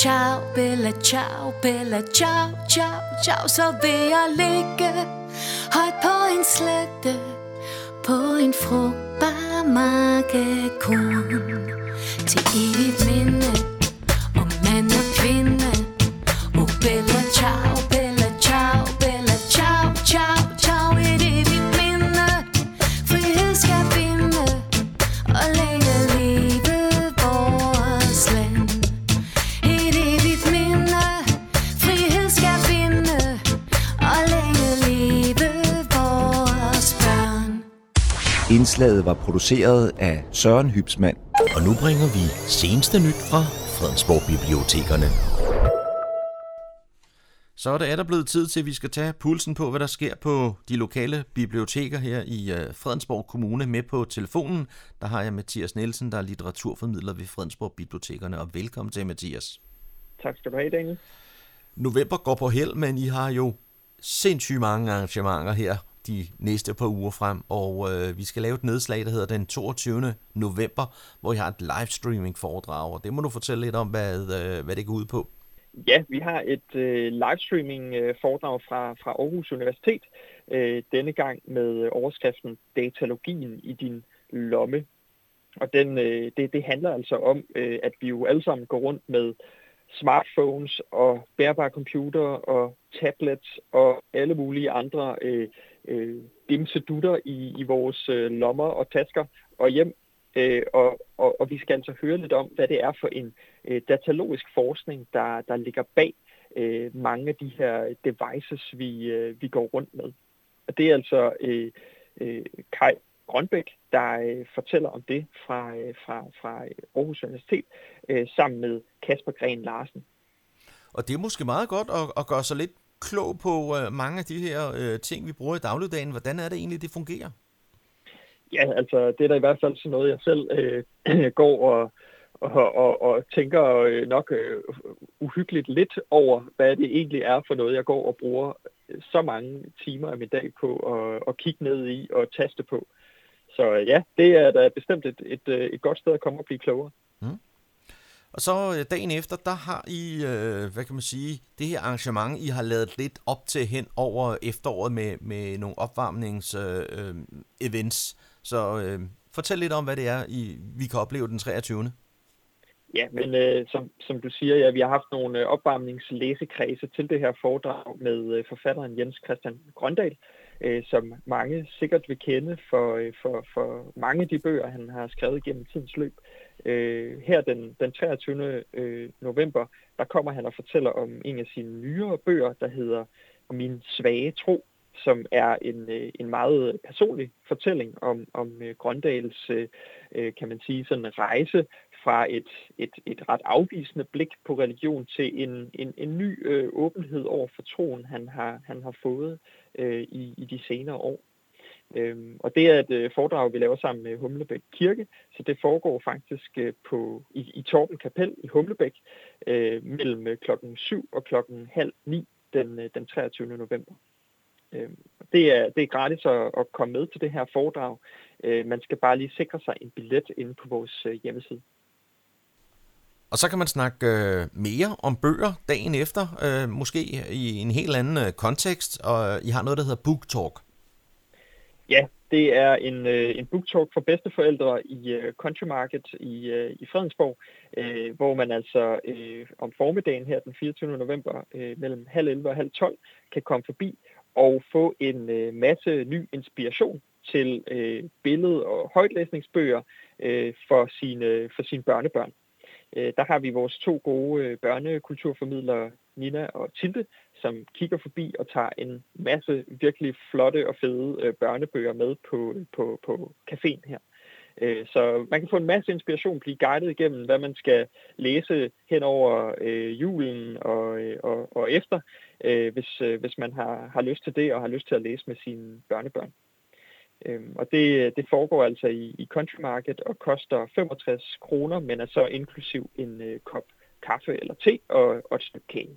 ciao, bella ciao, bella ciao, ciao, ciao. Så vil jeg ligge højt på en slette, på en frugtbar markekorn, til evigt minde om mand og kvinde. Oh, bella ciao, bella ciao, bella ciao, ciao, ciao. Et evigt minde, frihed skal vinde og længe leve vores land. Et evigt minde, frihed skal vinde og længe leve vores børn. Indslaget var produceret af Søren Hybsmann. Og nu bringer vi seneste nyt fra Fredensborg Bibliotekerne. Så er der blevet tid til, at vi skal tage pulsen på, hvad der sker på de lokale biblioteker her i Fredensborg Kommune. Med på telefonen, der har jeg Mathias Nielsen, der er litteraturformidler ved Fredensborg Bibliotekerne. Og velkommen til, Mathias. Tak skal du have, Daniel. November går på held, men I har jo sindssygt mange arrangementer her de næste par uger frem, og vi skal lave et nedslag, der hedder den 22. november, hvor I har et livestreaming-foredrag, og det må du fortælle lidt om, hvad det går ud på. Ja, vi har et livestreaming-foredrag fra Aarhus Universitet, denne gang med overskriften Datalogien i din lomme. Og det handler altså om, at vi jo alle sammen går rundt med smartphones og bærbare computere og tablets og alle mulige andre dimsedutter i vores lommer og tasker og hjem. Og vi skal altså høre lidt om, hvad det er for en datalogisk forskning, der ligger bag mange af de her devices, vi går rundt med. Og det er altså Kai Grønbæk, der fortæller om det fra Aarhus Universitet, sammen med Kasper Gren Larsen. Og det er måske meget godt at gøre sig lidt klog på mange af de her ting, vi bruger i dagligdagen. Hvordan er det egentlig, det fungerer? Ja, altså det er da i hvert fald sådan noget, jeg selv går og tænker nok uhyggeligt lidt over, hvad det egentlig er for noget, jeg går og bruger så mange timer af min dag på at kigge ned i og taste på. Så ja, det er da bestemt et godt sted at komme og blive klogere. Mm. Og så dagen efter, der har I, hvad kan man sige, det her arrangement, I har lavet lidt op til hen over efteråret med nogle opvarmnings-events. Så fortæl lidt om, hvad det er, vi kan opleve den 23. Ja, men som du siger, ja, vi har haft nogle opvarmningslæsekredse til det her foredrag med forfatteren Jens Christian Grøndal, som mange sikkert vil kende for mange af de bøger, han har skrevet gennem tidens løb. Her den 23. november, der kommer han og fortæller om en af sine nyere bøger, der hedder Min svage tro, som er en meget personlig fortælling om Grøndals, kan man sige, sådan en rejse fra et ret afvisende blik på religion til en ny åbenhed over for troen, han har fået i de senere år. Og det er et foredrag, vi laver sammen med Humlebæk Kirke, så det foregår faktisk i Torben Kapel i Humlebæk mellem klokken 7 og klokken 8:30 den 23. november. Det er gratis at komme med til det her foredrag. Man skal bare lige sikre sig en billet inde på vores hjemmeside. Og så kan man snakke mere om bøger dagen efter, måske i en helt anden kontekst, og I har noget, der hedder Book Talk. Ja, det er en book talk for bedsteforældre i Country Market i Fredensborg, hvor man altså om formiddagen her den 24. november mellem 10:30 og 11:30 kan komme forbi og få en masse ny inspiration til billed- og højtlæsningsbøger for sine børnebørn. Der har vi vores 2 gode børnekulturformidlere, Nina og Tilde, som kigger forbi og tager en masse virkelig flotte og fede børnebøger med på caféen her. Så man kan få en masse inspiration, blive guidet igennem, hvad man skal læse hen over julen og efter, hvis man har lyst til det og har lyst til at læse med sine børnebørn. Og det foregår altså i Country Market og koster 65 kroner, men er så inklusiv en kop kaffe eller te og et stykke kage.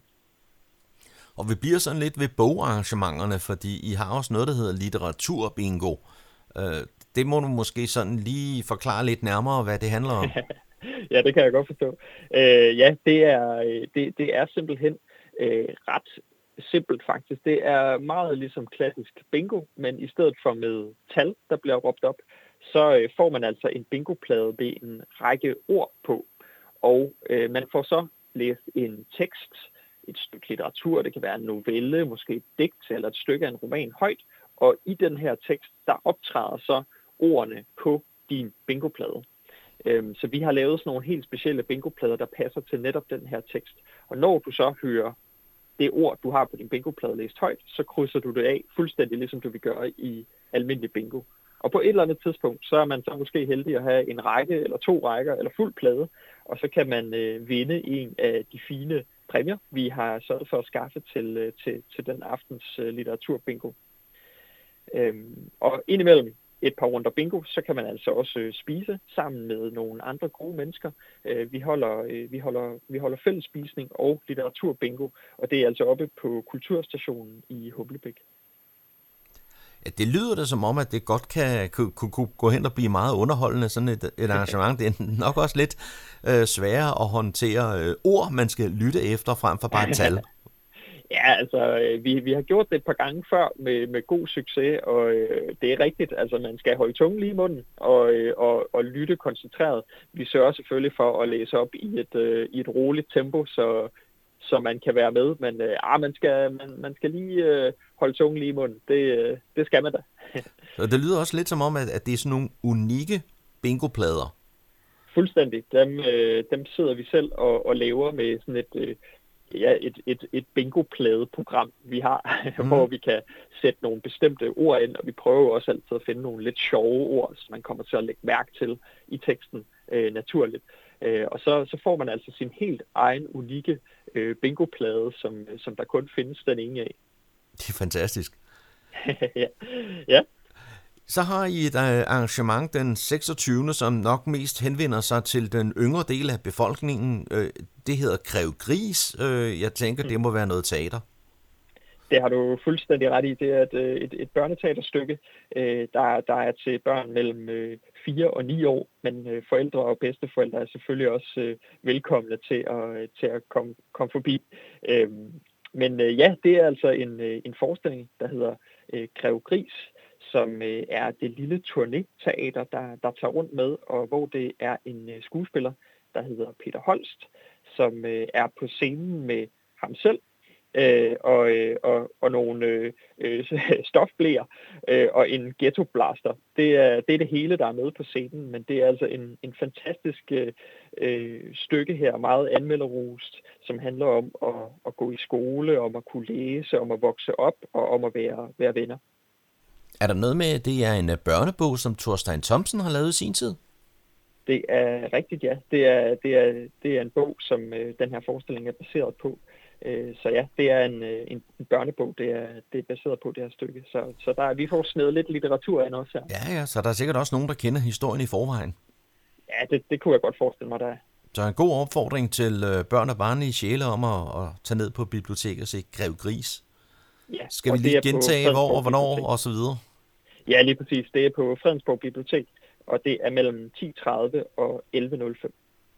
Og vi bliver sådan lidt ved bogarrangementerne, fordi I har også noget, der hedder litteraturbingo. Det må du måske sådan lige forklare lidt nærmere, hvad det handler om. Ja, det kan jeg godt forstå. Ja, det er simpelthen ret simpelt faktisk. Det er meget ligesom klassisk bingo, men i stedet for med tal, der bliver råbt op, så får man altså en bingoplade med en række ord på. Og man får så læst en tekst, et stykke litteratur, det kan være en novelle, måske et digt eller et stykke af en roman højt. Og i den her tekst, der optræder så ordene på din bingoplade. Så vi har lavet sådan nogle helt specielle bingoplader, der passer til netop den her tekst. Og når du så hører det ord, du har på din bingoplade læst højt, så krydser du det af fuldstændig ligesom du vil gøre i almindelig bingo. Og på et eller andet tidspunkt, så er man så måske heldig at have en række eller 2 rækker eller fuld plade, og så kan man vinde en af de fine præmier, vi har sørget for at skaffe til den aftens litteraturbingo. Og indimellem et par runder bingo, så kan man altså også spise sammen med nogle andre gode mennesker. Vi holder fælles spisning og litteraturbingo, og det er altså oppe på Kulturstationen i Humlebæk. Ja, det lyder da som om, at det godt kan gå hen og blive meget underholdende, sådan et arrangement. Det er nok også lidt sværere at håndtere ord, man skal lytte efter, frem for bare tal. Ja, altså, vi har gjort det et par gange før med god succes, og det er rigtigt. Altså, man skal holde tungen lige i munden og lytte koncentreret. Vi sørger selvfølgelig for at læse op i et roligt tempo, så man kan være med. Men man skal lige holde tungen lige i munden. Det skal man da. Så det lyder også lidt som om, at det er sådan nogle unikke bingoplader. Fuldstændig. Dem sidder vi selv og laver med sådan et bingopladeprogram, vi har, hvor vi kan sætte nogle bestemte ord ind, og vi prøver også altid at finde nogle lidt sjove ord, som man kommer til at lægge mærke til i teksten naturligt. Og så får man altså sin helt egen unikke bingoplade, som der kun findes den ene af. Det er fantastisk. Ja. Så har I et arrangement den 26. som nok mest henvender sig til den yngre del af befolkningen. Det hedder Grev Gris. Jeg tænker, det må være noget teater. Det har du fuldstændig ret i. Det er et børneteaterstykke, der er til børn mellem 4 og 9 år, men forældre og bedsteforældre er selvfølgelig også velkomne til at komme forbi. Men ja, det er altså en forestilling, der hedder Grev Gris, som er det lille turnéteater, der tager rundt med, og hvor det er en skuespiller, der hedder Peter Holst, som er på scenen med ham selv, og nogle stofbleer og en ghettoblaster. Det er det hele, der er med på scenen, men det er altså en fantastisk stykke her, meget anmelderrost, som handler om at gå i skole, om at kunne læse, om at vokse op og om at være venner. Er der noget med, at det er en børnebog, som Thorstein Thomsen har lavet i sin tid? Det er rigtigt, ja. Det er en bog, som den her forestilling er baseret på. Så ja, det er en børnebog, det er baseret på det her stykke. Så vi får snedet lidt litteratur ind også her. Ja, så der er sikkert også nogen, der kender historien i forvejen. Ja, det kunne jeg godt forestille mig, der er. Så en god opfordring til børn og barn i sjæle om at tage ned på biblioteket og se Grev Gris. Ja, skal vi lige gentage hvor og hvornår og så videre? Ja, lige præcis. Det er på Fredensborg Bibliotek, og det er mellem 10:30 og 11:05.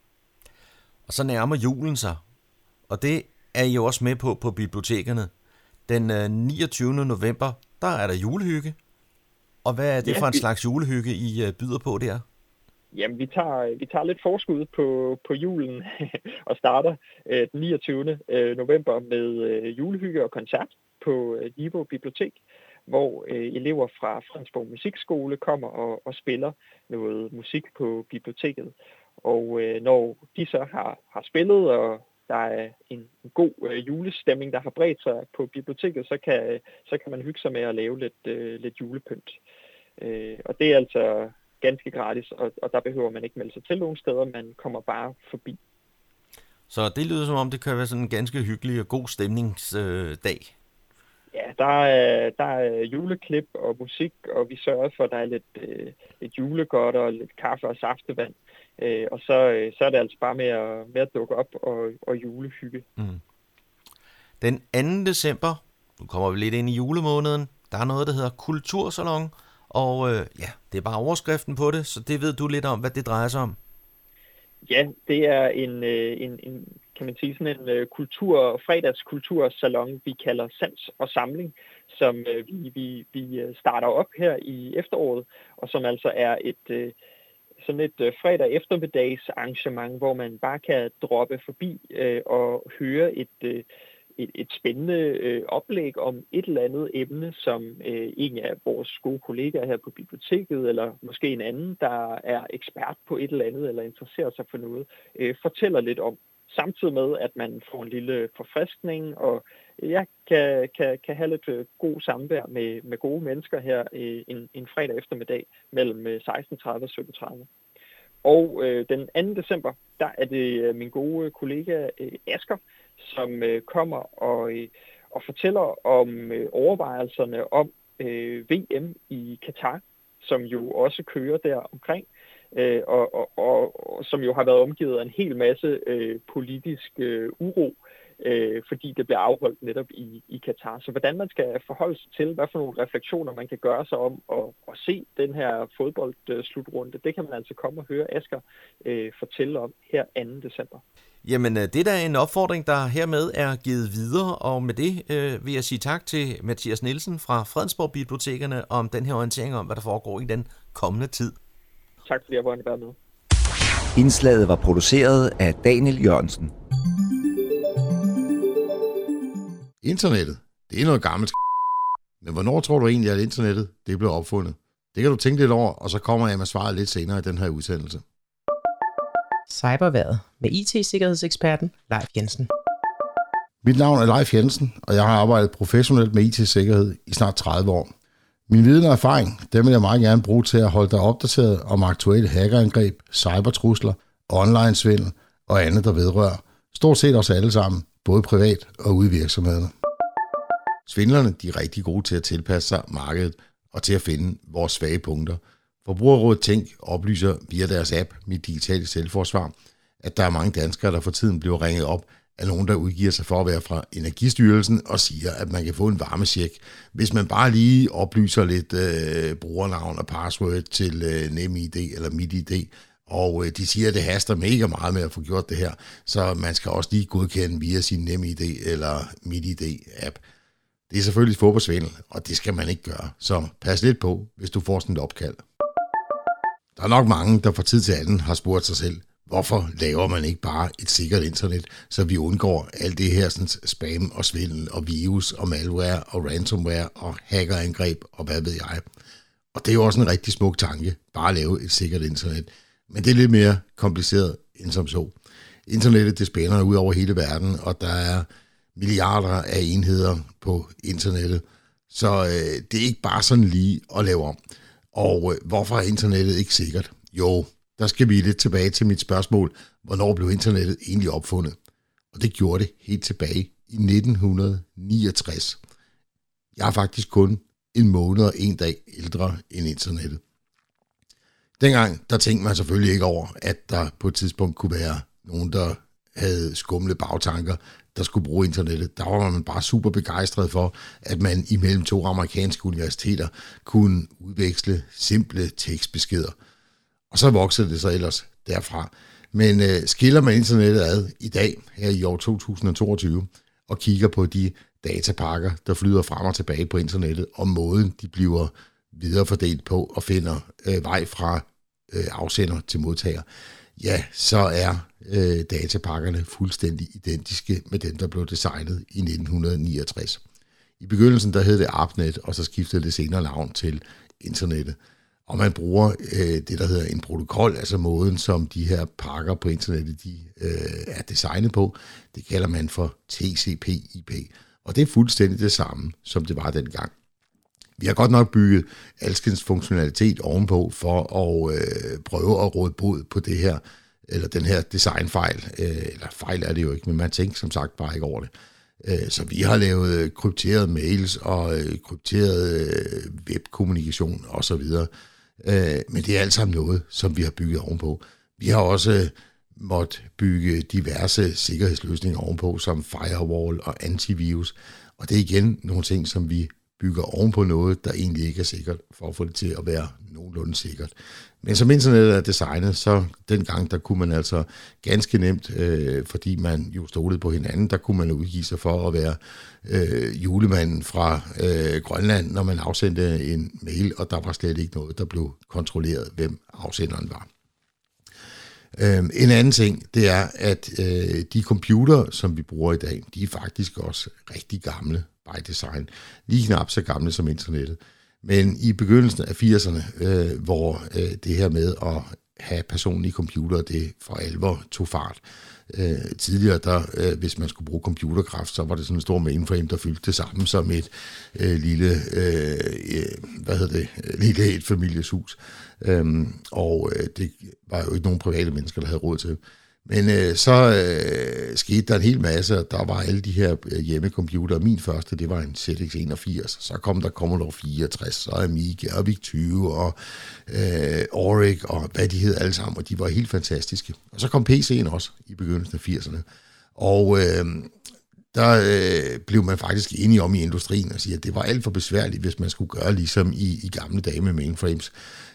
Og så nærmer julen sig, og det er I jo også med på bibliotekerne. Den 29. november, der er der julehygge. Og hvad er det for en slags julehygge, I byder på der? Jamen, vi tager lidt forskud på julen og starter den 29. november med julehygge og koncert på Niveau Bibliotek, hvor elever fra Fredensborg Musikskole kommer og spiller noget musik på biblioteket. Og når de så har spillet, og der er en god julestemning, der har bredt sig på biblioteket, så kan man hygge sig med at lave lidt julepynt. Og det er altså ganske gratis, og der behøver man ikke melde sig til nogen steder, man kommer bare forbi. Så det lyder som om, det kan være sådan en ganske hyggelig og god stemningsdag. Ja, der er juleklip og musik, og vi sørger for, at der er lidt julegodt og lidt kaffe og saftevand. Og så er det altså bare med at dukke op og julehygge. Mm. Den 2. december, nu kommer vi lidt ind i julemåneden, der er noget, der hedder Kultursalon, og det er bare overskriften på det, så det ved du lidt om, hvad det drejer sig om. Ja, det er en kan man sige, sådan en fredagskultursalon, vi kalder Sans og Samling, som vi starter op her i efteråret, og som altså er sådan et fredag eftermiddags arrangement, hvor man bare kan droppe forbi og høre et spændende oplæg om et eller andet emne, som en af vores gode kollegaer her på biblioteket, eller måske en anden, der er ekspert på et eller andet, eller interesserer sig for noget, fortæller lidt om. Samtidig med, at man får en lille forfriskning, og jeg kan have lidt god samvær med gode mennesker her en fredag eftermiddag mellem 16.30 og 17.30. Og den 2. december, der er det min gode kollega Asger, som kommer og fortæller om overvejelserne om VM i Katar, som jo også kører der omkring, og som jo har været omgivet af en hel masse politisk uro, fordi det bliver afholdt netop i Katar. Så hvordan man skal forholde sig til, hvad for nogle refleksioner man kan gøre sig om at se den her fodboldslutrunde, det kan man altså komme og høre Asger fortælle om her 2. december. Jamen, det er da en opfordring, der hermed er givet videre, og med det vil jeg sige tak til Mathias Nielsen fra Fredensborg Bibliotekerne om den her orientering om, hvad der foregår i den kommende tid. Tak fordi jeg var med. Indslaget var produceret af Daniel Jørgensen. Internettet, det er noget gammelt. Men hvornår tror du egentlig, at internettet det blev opfundet? Det kan du tænke lidt over, og så kommer jeg med svaret lidt senere i den her udsendelse. Cyberværet med IT-sikkerhedseksperten Leif Jensen. Mit navn er Leif Jensen, og jeg har arbejdet professionelt med IT-sikkerhed i snart 30 år. Min viden og erfaring, den vil jeg meget gerne bruge til at holde dig opdateret om aktuelle hackerangreb, cybertrusler, online-svindel og andet, der vedrører stort set os alle sammen, både privat og ude i virksomhederne. Svindlerne, de er rigtig gode til at tilpasse sig markedet og til at finde vores svage punkter. Forbrugerrådet Tænk oplyser via deres app Mit Digitale Selvforsvar, at der er mange danskere, der for tiden bliver ringet op af nogen, der udgiver sig for at være fra Energistyrelsen og siger, at man kan få en varmecheck, hvis man bare lige oplyser lidt brugernavn og password til NemID eller MitID. Og de siger, at det haster mega meget med at få gjort det her, så man skal også lige godkende via sin NemID eller MitID-app. Det er selvfølgelig få på svindel, og det skal man ikke gøre, så pas lidt på, hvis du får sådan et opkald. Der er nok mange, der fra tid til anden har spurgt sig selv, hvorfor laver man ikke bare et sikkert internet, så vi undgår alt det her sådan spam og svindel og virus og malware og ransomware og hackerangreb og hvad ved jeg. Og det er jo også en rigtig smuk tanke, bare at lave et sikkert internet. Men det er lidt mere kompliceret end som så. Internettet det spænder ud over hele verden, og der er milliarder af enheder på internettet. Så det er ikke bare sådan lige at lave om. Og hvorfor er internettet ikke sikkert? Jo, der skal vi lidt tilbage til mit spørgsmål, hvornår blev internettet egentlig opfundet? Og det gjorde det helt tilbage i 1969. Jeg er faktisk kun en måned og en dag ældre end internettet. Dengang, der tænkte man selvfølgelig ikke over, at der på et tidspunkt kunne være nogen, der havde skumle bagtanker, der skulle bruge internettet. Der var man bare super begejstret for, at man imellem 2 amerikanske universiteter kunne udveksle simple tekstbeskeder. Og så voksede det så ellers derfra. Men skiller man internettet ad i dag, her i år 2022, og kigger på de datapakker, der flyder frem og tilbage på internettet, og måden de bliver viderefordelt på og finder vej fra afsender til modtager, ja, så er datapakkerne fuldstændig identiske med dem, der blev designet i 1969. I begyndelsen der hed det ARPANET, og så skiftede det senere navn til internettet. Og man bruger det, der hedder en protokol, altså måden, som de her pakker på internettet de, er designet på. Det kalder man for TCP/IP, og det er fuldstændig det samme, som det var dengang. Vi har godt nok bygget alskens funktionalitet ovenpå for at prøve at råde bod på det her, eller den her designfejl. Eller fejl er det jo ikke, men man tænker som sagt bare ikke over det. Så vi har lavet krypterede mails og krypteret webkommunikation osv. Men det er alt sammen noget, som vi har bygget ovenpå. Vi har også måttet bygge diverse sikkerhedsløsninger ovenpå, som firewall og antivirus. Og det er igen nogle ting, som vi bygger ovenpå noget, der egentlig ikke er sikkert, for at få det til at være nogenlunde sikkert. Men som internettet er designet, så dengang, der kunne man altså ganske nemt, fordi man jo stolede på hinanden, der kunne man udgive sig for at være julemanden fra Grønland, når man afsendte en mail, og der var slet ikke noget, der blev kontrolleret, hvem afsenderen var. En anden ting, det er, at de computere, som vi bruger i dag, de er faktisk også rigtig gamle by design. Lige knap så gamle som internettet. Men i begyndelsen af 80'erne, hvor det her med at have personlige computere, det for alvor tog fart. Tidligere, der, hvis man skulle bruge computerkraft, så var det sådan en stor mainframe, der fyldte det samme som et lille et familieshus. Og det var jo ikke nogen private mennesker, der havde råd til. Men så skete der en hel masse, og der var alle de her hjemmecomputere. Min første, det var en ZX81. Så kom der Commodore 64, så Amiga, og VIC-20, og Oric, og hvad de hed alle sammen, og de var helt fantastiske. Og så kom PC'en også i begyndelsen af 80'erne. Og der blev man faktisk enige om i industrien og sige, at det var alt for besværligt, hvis man skulle gøre ligesom i gamle dage med mainframes,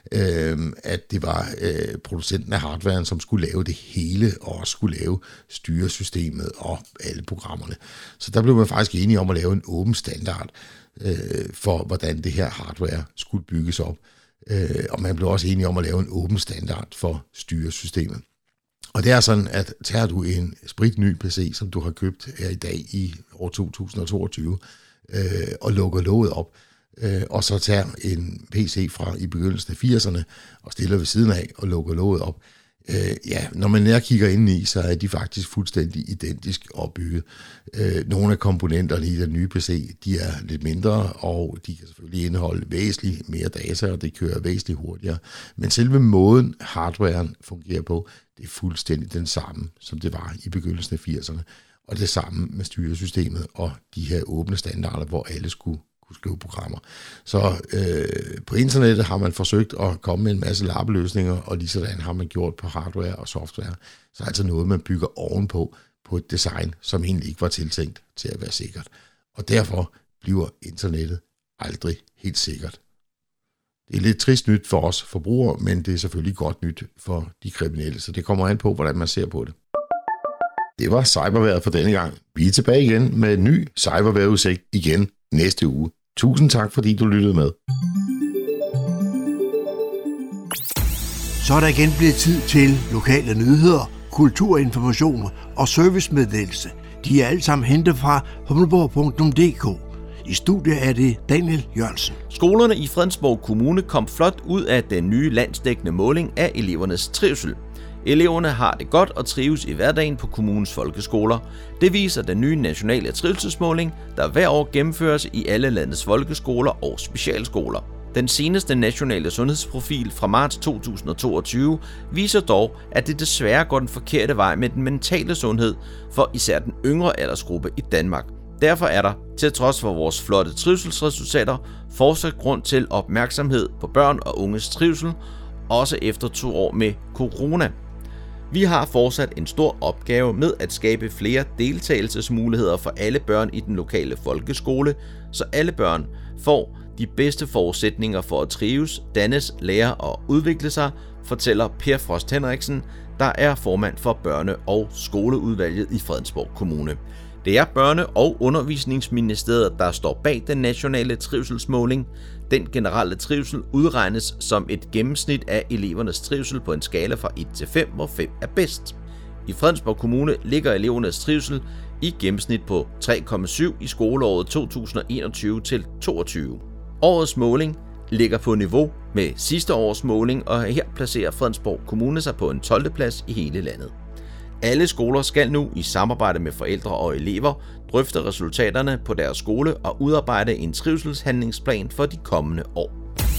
at det var producenten af hardwaren, som skulle lave det hele, og også skulle lave styresystemet og alle programmerne. Så der blev man faktisk enige om at lave en åben standard for, hvordan det her hardware skulle bygges op. Og man blev også enige om at lave en åben standard for styresystemet. Og det er sådan, at tager du en spritny PC, som du har købt her i dag i år 2022, og lukker låget op, og så tager en PC fra i begyndelsen af 80'erne og stiller ved siden af og lukker låget op. Når man kigger ind i, så er de faktisk fuldstændig identisk opbygget. Nogle af komponenterne i den nye PC, de er lidt mindre, og de kan selvfølgelig indeholde væsentligt mere data, og det kører væsentligt hurtigere. Men selve måden hardwaren fungerer på, det er fuldstændig den samme, som det var i begyndelsen af 80'erne. Og det samme med styresystemet og de her åbne standarder, hvor alle skulle skrive programmer. Så på internettet har man forsøgt at komme med en masse lappeløsninger, og lige sådan har man gjort på hardware og software. Så altså noget, man bygger ovenpå på et design, som egentlig ikke var tiltænkt til at være sikkert. Og derfor bliver internettet aldrig helt sikkert. Det er lidt trist nyt for os forbrugere, men det er selvfølgelig godt nyt for de kriminelle, så det kommer an på, hvordan man ser på det. Det var cyberværet for denne gang. Vi er tilbage igen med en ny cyberværetudsigt igen næste uge. Tusind tak, fordi du lyttede med. Så er der igen blevet tid til lokale nyheder, kulturinformation og servicemeddelelse. De er alle sammen hentet fra humleborg.dk. I studiet er det Daniel Jørgensen. Skolerne i Fredensborg Kommune kom flot ud af den nye landsdækkende måling af elevernes trivsel. Eleverne har det godt og trives i hverdagen på kommunens folkeskoler. Det viser den nye nationale trivselsmåling, der hver år gennemføres i alle landets folkeskoler og specialskoler. Den seneste nationale sundhedsprofil fra marts 2022 viser dog, at det desværre går den forkerte vej med den mentale sundhed for især den yngre aldersgruppe i Danmark. Derfor er der, til trods for vores flotte trivselsresultater, fortsat grund til opmærksomhed på børn og unges trivsel, også efter 2 år med corona. Vi har fortsat en stor opgave med at skabe flere deltagelsesmuligheder for alle børn i den lokale folkeskole, så alle børn får de bedste forudsætninger for at trives, dannes, lære og udvikle sig, fortæller Per Frost Henriksen, der er formand for børne- og skoleudvalget i Fredensborg Kommune. Det er Børne- og Undervisningsministeriet, der står bag den nationale trivselsmåling. Den generelle trivsel udregnes som et gennemsnit af elevernes trivsel på en skala fra 1 til 5, hvor 5 er bedst. I Fredensborg Kommune ligger elevernes trivsel i gennemsnit på 3,7 i skoleåret 2021-22. Årets måling ligger på niveau med sidste års måling, og her placerer Fredensborg Kommune sig på en 12. plads i hele landet. Alle skoler skal nu i samarbejde med forældre og elever drøfte resultaterne på deres skole og udarbejde en trivselshandlingsplan for de kommende år.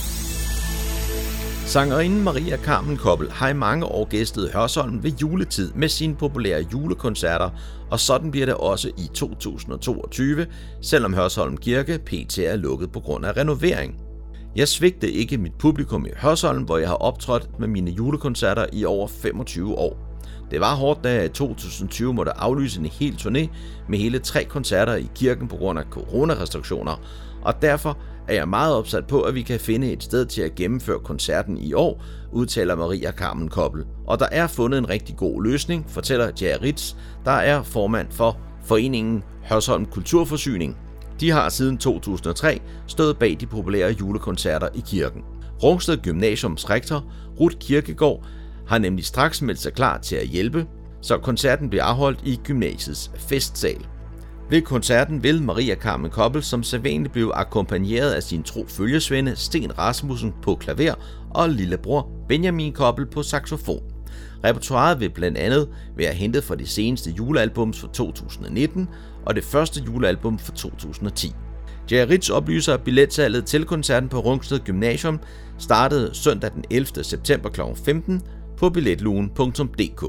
Sangerinden Maria Carmen Koppel har i mange år gæstet Hørsholm ved juletid med sine populære julekoncerter, og sådan bliver det også i 2022, selvom Hørsholm Kirke pt. Er lukket på grund af renovering. Jeg svigtede ikke mit publikum i Hørsholm, hvor jeg har optrådt med mine julekoncerter i over 25 år. Det var hårdt, da jeg i 2020 måtte aflyse en hel turné med hele 3 koncerter i kirken på grund af coronarestriktioner, og derfor er jeg meget opsat på, at vi kan finde et sted til at gennemføre koncerten i år, udtaler Maria Carmen Koppel. Og der er fundet en rigtig god løsning, fortæller Jerry Ritz, der er formand for foreningen Hørsholm Kulturforsyning. De har siden 2003 stået bag de populære julekoncerter i kirken. Rungsted Gymnasiums rektor, Ruth Kirkegaard, har nemlig straks meldt sig klar til at hjælpe, så koncerten bliver afholdt i gymnasiets festsal. Ved koncerten vil Maria Carmen Koppel som sædvanligt blive akkompagneret af sin tro følgesvende Sten Rasmussen på klaver og lillebror Benjamin Koppel på saxofon. Repertoiret vil blandt andet være hentet fra de seneste julealbums fra 2019 og det første julealbum fra 2010. Jerry Ritz oplyser, at billetsalget til koncerten på Rungsted Gymnasium startede søndag den 11. september kl. 15 på billetlugen.dk.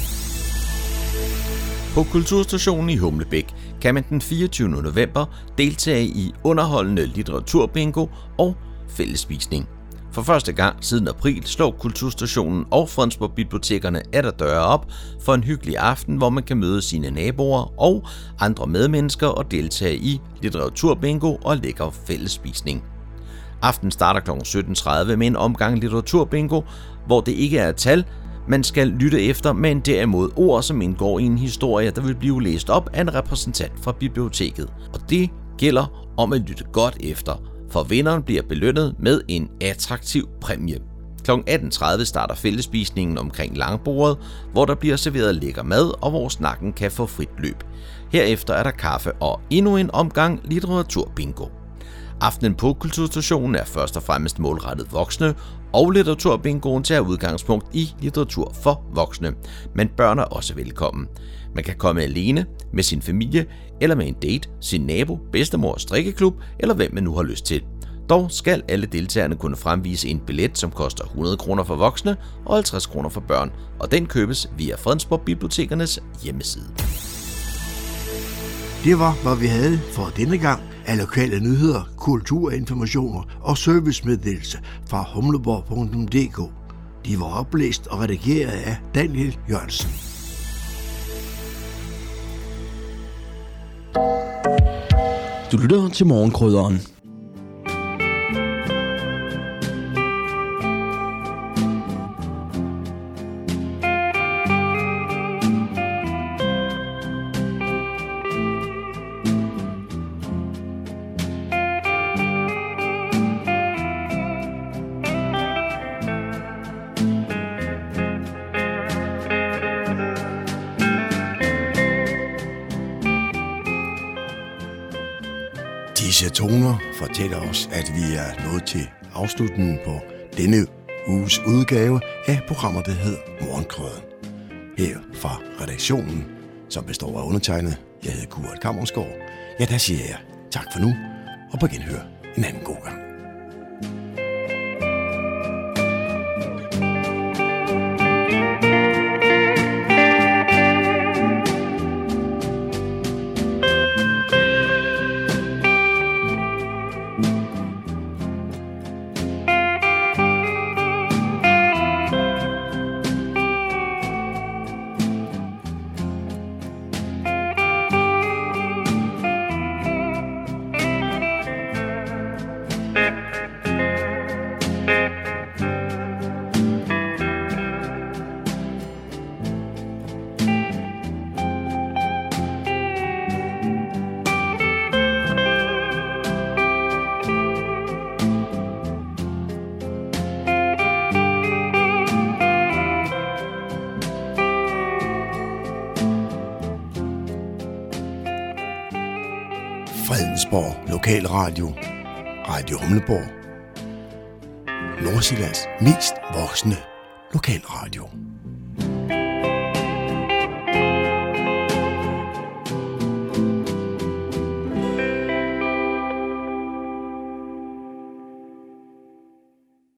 På Kulturstationen i Humlebæk kan man den 24. november deltage i underholdende litteraturbingo og fællesspisning. For første gang siden april slår Kulturstationen og Fredensborg Bibliotekerne atter døre op for en hyggelig aften, hvor man kan møde sine naboer og andre medmennesker og deltage i litteraturbingo og lækker fællesspisning. Aftenen starter kl. 17.30 med en omgang litteraturbingo, hvor det ikke er tal, man skal lytte efter, men derimod ord, som indgår i en historie, der vil blive læst op af en repræsentant fra biblioteket. Og det gælder om at lytte godt efter, for vinderen bliver belønnet med en attraktiv præmie. Kl. 18.30 starter fællesspisningen omkring langbordet, hvor der bliver serveret lækker mad, og hvor snakken kan få frit løb. Herefter er der kaffe og endnu en omgang litteraturbingo. Aftenen på Kulturstationen er først og fremmest målrettet voksne, og litteraturbingoen tager udgangspunkt i litteratur for voksne, men børn er også velkommen. Man kan komme alene, med sin familie, eller med en date, sin nabo, bedstemor, strikkeklub, eller hvem man nu har lyst til. Dog skal alle deltagerne kunne fremvise en billet, som koster 100 kroner for voksne og 50 kroner for børn, og den købes via Fredensborg Bibliotekernes hjemmeside. Det var, hvad vi havde for denne gang af lokale nyheder, kulturinformationer og servicemeddelelse fra humleborg.dk. De var oplæst og redigeret af Daniel Jørgensen. Du lytter til Morgenkrydderen. Disse toner fortæller os, at vi er nået til afslutningen på denne uges udgave af programmet, der hedder Morgenkrydderen. Her fra redaktionen, som består af undertegnet, jeg hedder Kurt Kammersgaard. Ja, der siger jeg tak for nu, og på genhør en anden god gang. Fredensborg Lokalradio, Radio Humleborg, Nordsjællands mest voksne lokalradio.